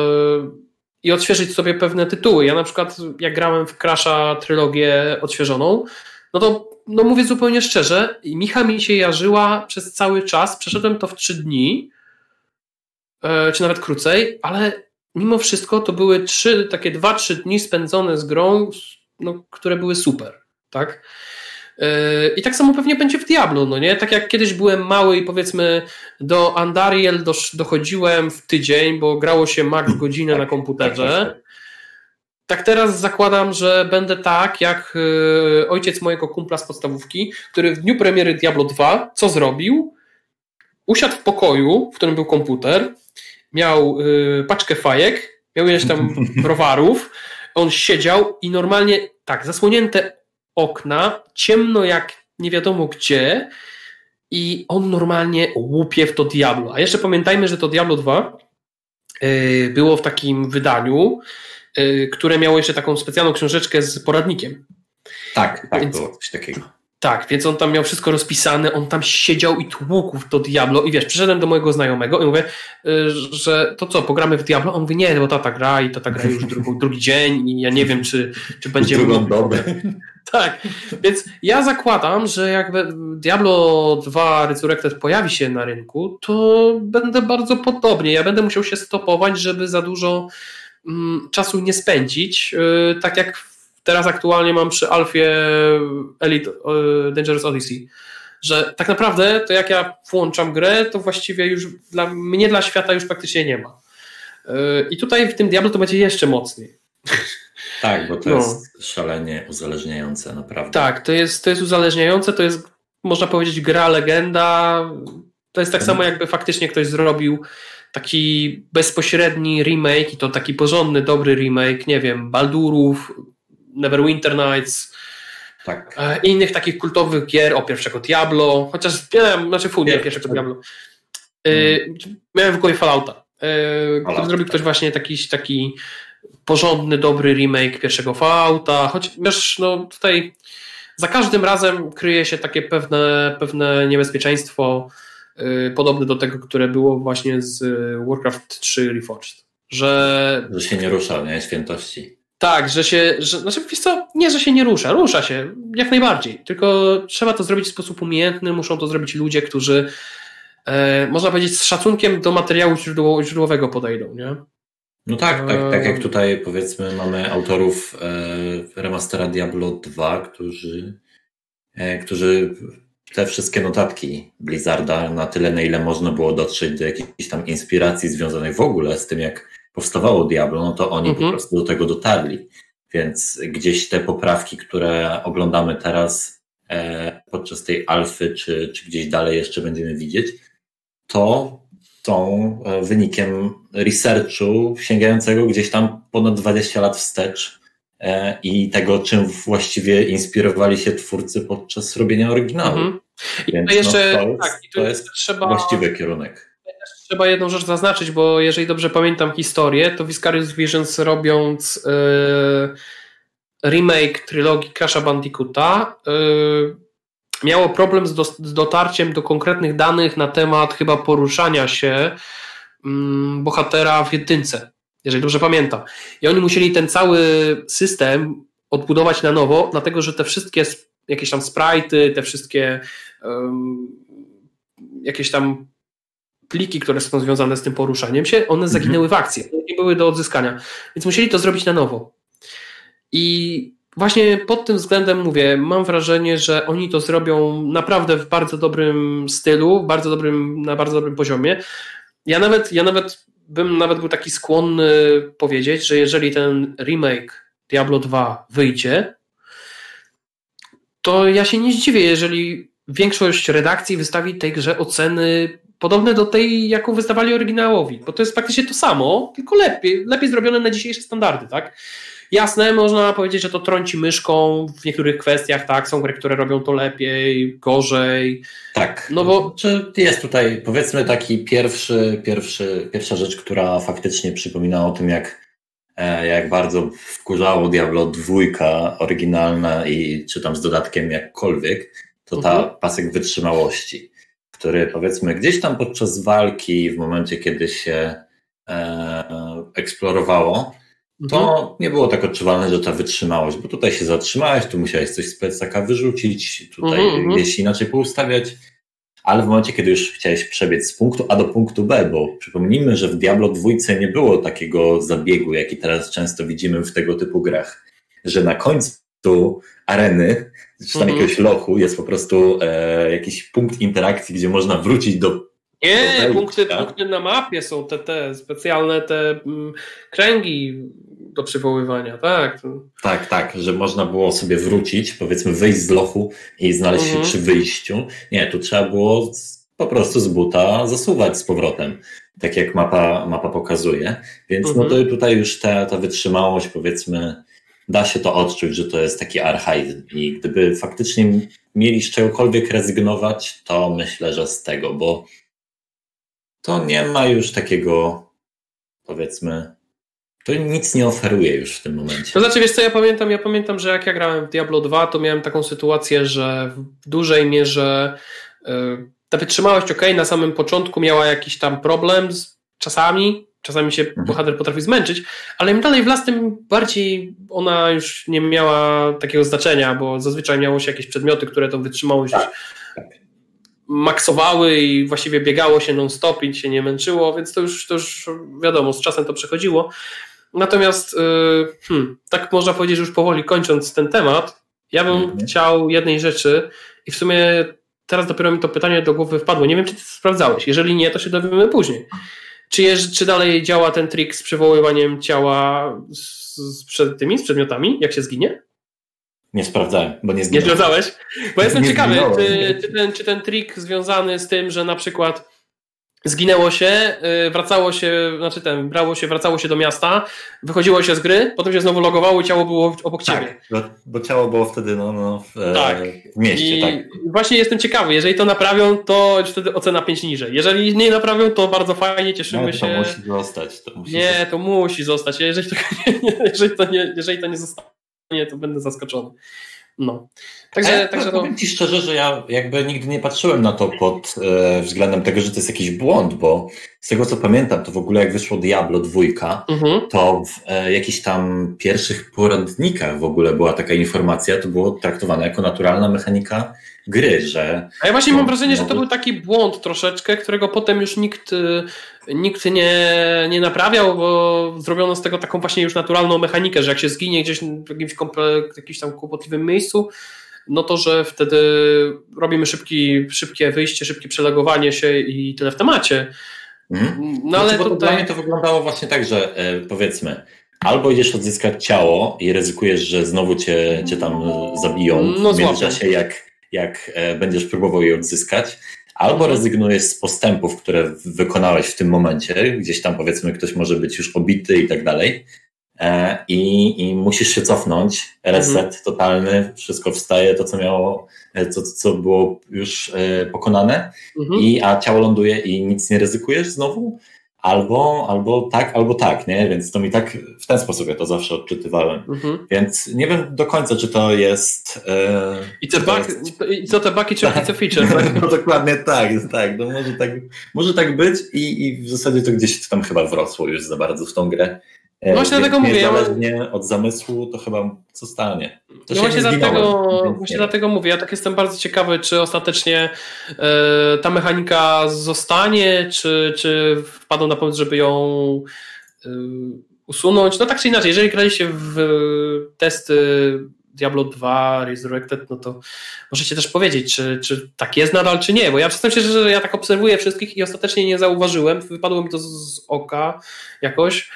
[SPEAKER 1] i odświeżyć sobie pewne tytuły. Ja na przykład, jak grałem w Crasha trylogię odświeżoną, no to no mówię zupełnie szczerze, Micha mi się jarzyła przez cały czas, przeszedłem to w trzy dni, yy, czy nawet krócej, ale mimo wszystko to były trzy, takie dwa, trzy dni spędzone z grą, no, które były super, tak? Yy, I tak samo pewnie będzie w Diablo, no nie? Tak jak kiedyś byłem mały i powiedzmy do Andariel dosz, dochodziłem w tydzień, bo grało się max godzinę na komputerze. Tak teraz zakładam, że będę tak jak yy, ojciec mojego kumpla z podstawówki, który w dniu premiery Diablo dwa, co zrobił? Usiadł w pokoju, w którym był komputer, miał y, paczkę fajek, miał ileś tam browarów, on siedział i normalnie tak, zasłonięte okna, ciemno jak nie wiadomo gdzie i on normalnie łupie w to Diablo. A jeszcze pamiętajmy, że to Diablo dwa y, było w takim wydaniu, y, które miało jeszcze taką specjalną książeczkę z poradnikiem.
[SPEAKER 2] Tak, tak, więc, było coś takiego.
[SPEAKER 1] Tak, więc on tam miał wszystko rozpisane, on tam siedział i tłukł w to Diablo i wiesz, przyszedłem do mojego znajomego i mówię, że to co, pogramy w Diablo? On mówi, nie, bo tata gra i tata gra już drugi, drugi dzień i ja nie wiem, czy, czy będzie...
[SPEAKER 2] Drugą dobę.
[SPEAKER 1] Tak, więc ja zakładam, że jak Diablo dwa Resurrected pojawi się na rynku, to będę bardzo podobnie, ja będę musiał się stopować, żeby za dużo mm, czasu nie spędzić, yy, tak jak teraz aktualnie mam przy Alfie Elite Dangerous Odyssey, że tak naprawdę to jak ja włączam grę, to właściwie już dla mnie, dla świata już praktycznie nie ma. I tutaj w tym Diablo to będzie jeszcze mocniej.
[SPEAKER 2] Tak, bo to no. jest szalenie uzależniające, naprawdę.
[SPEAKER 1] Tak, to jest, to jest uzależniające, to jest, można powiedzieć, gra legenda. To jest tak hmm. samo, jakby faktycznie ktoś zrobił taki bezpośredni remake i to taki porządny, dobry remake, nie wiem, Baldurów, Neverwinter Nights, tak. I innych takich kultowych gier, o pierwszego Diablo, chociaż miałem, znaczy fu, nie, pierwszego Diablo. Yy, miałem w głowie Fallouta, yy, Fallout, który zrobił tak. ktoś właśnie taki, taki porządny, dobry remake pierwszego Fallouta, chociaż no tutaj za każdym razem kryje się takie pewne, pewne niebezpieczeństwo yy, podobne do tego, które było właśnie z Warcraft trzy Reforged. Że,
[SPEAKER 2] że się nie rusza, nie? Świętości.
[SPEAKER 1] Tak, że się, że, znaczy wiesz co, nie, że się nie rusza, rusza się, jak najbardziej, tylko trzeba to zrobić w sposób umiejętny, muszą to zrobić ludzie, którzy e, można powiedzieć z szacunkiem do materiału źródło, źródłowego podejdą, nie?
[SPEAKER 2] No tak, tak, tak jak tutaj powiedzmy mamy autorów e, remastera Diablo dwa, którzy, e, którzy te wszystkie notatki Blizzarda na tyle, na ile można było dotrzeć do jakichś tam inspiracji związanych w ogóle z tym, jak powstawało Diablo, no to oni mhm. po prostu do tego dotarli. Więc gdzieś te poprawki, które oglądamy teraz e, podczas tej alfy, czy, czy gdzieś dalej jeszcze będziemy widzieć, to są wynikiem researchu sięgającego gdzieś tam ponad dwadzieścia lat wstecz e, i tego, czym właściwie inspirowali się twórcy podczas robienia oryginału. Mhm.
[SPEAKER 1] I Więc to jeszcze
[SPEAKER 2] no, to jest,
[SPEAKER 1] tak, i
[SPEAKER 2] to jest trzeba... właściwy kierunek.
[SPEAKER 1] Trzeba jedną rzecz zaznaczyć, bo jeżeli dobrze pamiętam historię, to Vicarious Visions, robiąc yy, remake trylogii Crash'a Bandicoota, yy, miało problem z, do, z dotarciem do konkretnych danych na temat chyba poruszania się yy, bohatera w jedynce, jeżeli dobrze pamiętam. I oni musieli ten cały system odbudować na nowo, dlatego że te wszystkie jakieś tam sprite'y, te wszystkie yy, jakieś tam pliki, które są związane z tym poruszaniem się, one zaginęły w akcji, nie były do odzyskania, więc musieli to zrobić na nowo. I właśnie pod tym względem mówię, mam wrażenie, że oni to zrobią naprawdę w bardzo dobrym stylu, bardzo dobrym, na bardzo dobrym poziomie. Ja nawet, ja nawet bym nawet był taki skłonny powiedzieć, że jeżeli ten remake Diablo dwa wyjdzie, to ja się nie zdziwię, jeżeli większość redakcji wystawi tej grze oceny podobne do tej, jaką wystawali oryginałowi, bo to jest faktycznie to samo, tylko lepiej, lepiej zrobione na dzisiejsze standardy, tak? Jasne, można powiedzieć, że to trąci myszką w niektórych kwestiach, tak, są gry, które robią to lepiej, gorzej.
[SPEAKER 2] Tak, no bo czy jest tutaj powiedzmy taki pierwszy, pierwszy, pierwsza rzecz, która faktycznie przypomina o tym, jak, jak bardzo wkurzało Diablo dwa oryginalna i czy tam z dodatkiem jakkolwiek, to ta mhm. pasek wytrzymałości, który powiedzmy gdzieś tam podczas walki, w momencie kiedy się e, eksplorowało, to mhm. nie było tak odczuwalne, że ta wytrzymałość, bo tutaj się zatrzymałeś, tu musiałeś coś z plecaka wyrzucić, tutaj mhm. gdzieś inaczej poustawiać, ale w momencie, kiedy już chciałeś przebiec z punktu A do punktu B, bo przypomnijmy, że w Diablo dwa nie było takiego zabiegu, jaki teraz często widzimy w tego typu grach, że na końcu areny, czy tam mhm. jakiegoś lochu jest po prostu e, jakiś punkt interakcji, gdzie można wrócić do
[SPEAKER 1] Nie, do punkty, punkty na mapie są te, te specjalne te mm, kręgi do przywoływania, tak.
[SPEAKER 2] Tak, tak, że można było sobie wrócić, powiedzmy wyjść z lochu i znaleźć mhm. się przy wyjściu. Nie, tu trzeba było po prostu z buta zasuwać z powrotem, tak jak mapa, mapa pokazuje. Więc mhm. no to tutaj już ta, ta wytrzymałość, powiedzmy, da się to odczuć, że to jest taki archaizm i gdyby faktycznie mieli z czegokolwiek rezygnować, to myślę, że z tego, bo to nie ma już takiego, powiedzmy, to nic nie oferuje już w tym momencie.
[SPEAKER 1] To znaczy, wiesz co, ja pamiętam, ja pamiętam, że jak ja grałem w Diablo dwa, to miałem taką sytuację, że w dużej mierze yy, ta wytrzymałość, okej, okay, na samym początku miała jakiś tam problem z czasami, czasami się mhm. bohater potrafi zmęczyć, ale im dalej w las, tym bardziej ona już nie miała takiego znaczenia, bo zazwyczaj miało się jakieś przedmioty, które tą wytrzymałość tak, tak. maksowały i właściwie biegało się non-stop i się nie męczyło, więc to już, to już wiadomo, z czasem to przechodziło. Natomiast yy, hmm, tak można powiedzieć, że już powoli kończąc ten temat, ja bym mhm. chciał jednej rzeczy i w sumie teraz dopiero mi to pytanie do głowy wpadło. Nie wiem, czy ty to sprawdzałeś. Jeżeli nie, to się dowiemy później. Czy, jest, czy dalej działa ten trik z przywoływaniem ciała z, z przed tymi, z przedmiotami, jak się zginie?
[SPEAKER 2] Nie sprawdzałem, bo nie zginąłem.
[SPEAKER 1] Nie sprawdzałeś? Bo jestem ciekawy, czy, czy, ten, czy ten trik związany z tym, że na przykład zginęło się, wracało się, znaczy ten, brało się, wracało się do miasta, wychodziło się z gry, potem się znowu logowało i ciało było obok
[SPEAKER 2] tak,
[SPEAKER 1] ciebie.
[SPEAKER 2] Bo, bo ciało było wtedy no, no, w,
[SPEAKER 1] tak.
[SPEAKER 2] w mieście.
[SPEAKER 1] I
[SPEAKER 2] tak.
[SPEAKER 1] właśnie jestem ciekawy, jeżeli to naprawią, to wtedy ocena pięć niżej. Jeżeli nie naprawią, to bardzo fajnie, cieszymy
[SPEAKER 2] no, to
[SPEAKER 1] się.
[SPEAKER 2] To musi zostać. To musi
[SPEAKER 1] nie,
[SPEAKER 2] zostać.
[SPEAKER 1] to musi zostać. Jeżeli to nie, jeżeli to nie, jeżeli to nie zostanie, to będę zaskoczony. No. Także,
[SPEAKER 2] ja,
[SPEAKER 1] także
[SPEAKER 2] powiem
[SPEAKER 1] to...
[SPEAKER 2] Ci szczerze, że ja jakby nigdy nie patrzyłem na to pod e, względem tego, że to jest jakiś błąd, bo z tego co pamiętam, to w ogóle jak wyszło Diablo dwa, mhm. to w e, jakichś tam pierwszych poradnikach w ogóle była taka informacja, to było traktowane jako naturalna mechanika gry, że...
[SPEAKER 1] A ja właśnie mam wrażenie, że to był taki błąd troszeczkę, którego potem już nikt, nikt nie, nie naprawiał, bo zrobiono z tego taką właśnie już naturalną mechanikę, że jak się zginie gdzieś w jakimś, komple- jakimś tam kłopotliwym miejscu, no to, że wtedy robimy szybki, szybkie wyjście, szybkie przelegowanie się i tyle w temacie.
[SPEAKER 2] Mhm. No ale znaczy, tutaj... Dla mnie to wyglądało właśnie tak, że e, powiedzmy, albo idziesz odzyskać ciało i ryzykujesz, że znowu cię, cię tam zabiją
[SPEAKER 1] no,
[SPEAKER 2] w międzyczasie, jak, jak e, będziesz próbował je odzyskać, albo rezygnujesz z postępów, które wykonałeś w tym momencie, gdzieś tam powiedzmy ktoś może być już obity i tak dalej, I, i musisz się cofnąć, reset mhm. totalny, wszystko wstaje, to co miało, to, co było już e, pokonane, mhm. i, a ciało ląduje i nic nie ryzykujesz znowu, albo, albo tak, albo tak, nie? Więc to mi tak, w ten sposób ja to zawsze odczytywałem. Mhm. Więc nie wiem do końca, czy to jest... E,
[SPEAKER 1] I, te bug, jest... I co te bugi, czy co feature, tak?
[SPEAKER 2] No dokładnie tak, tak, no może tak, może tak być i, i w zasadzie to gdzieś tam chyba wrosło już za bardzo w tą grę.
[SPEAKER 1] No właśnie dlatego mówię.
[SPEAKER 2] Niezależnie od zamysłu to chyba zostanie. To
[SPEAKER 1] no właśnie dlatego, właśnie dlatego mówię. Ja tak jestem bardzo ciekawy, czy ostatecznie e, ta mechanika zostanie, czy, czy wpadną na pomysł, żeby ją e, usunąć. No tak czy inaczej, jeżeli graliście w testy Diablo dwa Resurrected, no to możecie też powiedzieć, czy, czy tak jest nadal, czy nie, bo ja przyznam się, że ja tak obserwuję wszystkich i ostatecznie nie zauważyłem. Wypadło mi to z, z oka jakoś.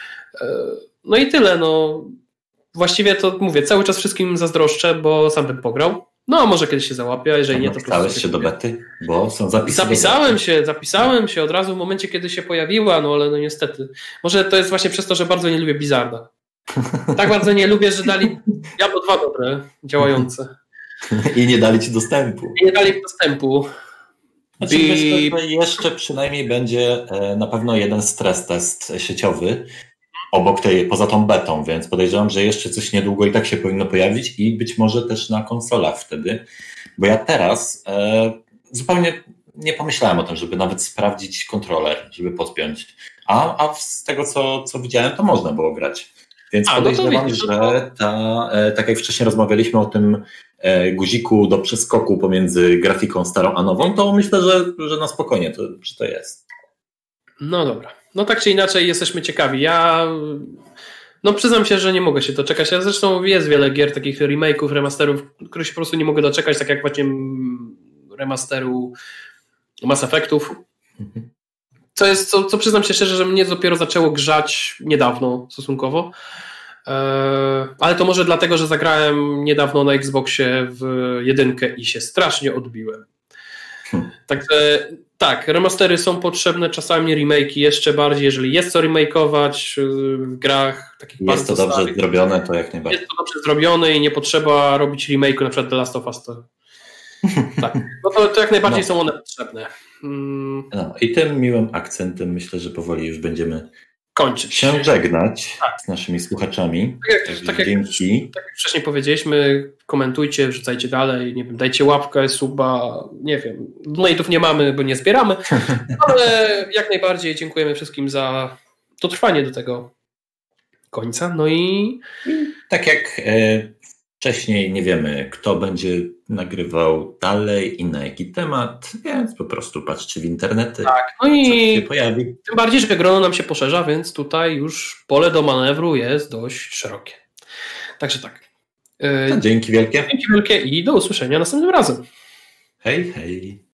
[SPEAKER 1] No i tyle, no właściwie to mówię, cały czas wszystkim zazdroszczę, bo sam bym pograł, no a może kiedyś się załapię, a jeżeli nie, to...
[SPEAKER 2] Zapisałeś się do bety? Bo są zapisy
[SPEAKER 1] Zapisałem się, zapisałem się od razu w momencie, kiedy się pojawiła, no ale no niestety, może to jest właśnie przez to, że bardzo nie lubię Blizzarda. Tak bardzo nie lubię, że dali Diablo dwa dobre, działające.
[SPEAKER 2] I nie dali ci dostępu.
[SPEAKER 1] I nie dali mi dostępu.
[SPEAKER 2] Znaczy, I... myślę, że jeszcze przynajmniej będzie na pewno jeden stres test sieciowy, obok tej, poza tą betą, więc podejrzewam, że jeszcze coś niedługo i tak się powinno pojawić i być może też na konsolach wtedy, bo ja teraz e, zupełnie nie pomyślałem o tym, żeby nawet sprawdzić kontroler, żeby podpiąć, a, a z tego co, co widziałem, to można było grać, więc a, podejrzewam, no widzisz, że ta, e, tak jak wcześniej rozmawialiśmy o tym e, guziku do przeskoku pomiędzy grafiką starą a nową, to myślę, że, że na spokojnie to, że to jest.
[SPEAKER 1] No dobra. No tak czy inaczej jesteśmy ciekawi. Ja no przyznam się, że nie mogę się doczekać. Ja zresztą jest wiele gier, takich remake'ów, remasterów, których się po prostu nie mogę doczekać, tak jak właśnie remasteru Mass Effectów. Co jest, co, co przyznam się szczerze, że mnie dopiero zaczęło grzać niedawno stosunkowo. Ale to może dlatego, że zagrałem niedawno na Xboxie w jedynkę i się strasznie odbiłem. Hmm. Także tak, remastery są potrzebne, czasami remake'i jeszcze bardziej, jeżeli jest co remake'ować w grach takich
[SPEAKER 2] bardzo starych. Jest to dobrze starych, zrobione, to jak najbardziej.
[SPEAKER 1] Jest to dobrze zrobione i nie potrzeba robić remake'u, na przykład The Last of Us. To... tak, no to, to jak najbardziej no. są one potrzebne. Hmm.
[SPEAKER 2] No i tym miłym akcentem myślę, że powoli już będziemy
[SPEAKER 1] kończyć.
[SPEAKER 2] Się żegnać tak. z naszymi słuchaczami.
[SPEAKER 1] Tak jak, tak, jak, tak jak wcześniej powiedzieliśmy, komentujcie, wrzucajcie dalej, nie wiem, dajcie łapkę, suba, nie wiem, donate'ów nie mamy, bo nie zbieramy, ale jak najbardziej dziękujemy wszystkim za dotrwanie do tego końca. No i
[SPEAKER 2] tak jak e, wcześniej nie wiemy, kto będzie nagrywał dalej i na jaki temat, więc po prostu patrzcie w internety.
[SPEAKER 1] Tak, no i
[SPEAKER 2] się pojawi.
[SPEAKER 1] Tym bardziej, że grono nam się poszerza, więc tutaj już pole do manewru jest dość szerokie. Także tak.
[SPEAKER 2] No, dzięki wielkie.
[SPEAKER 1] Dzięki wielkie i do usłyszenia następnym razem.
[SPEAKER 2] Hej, hej.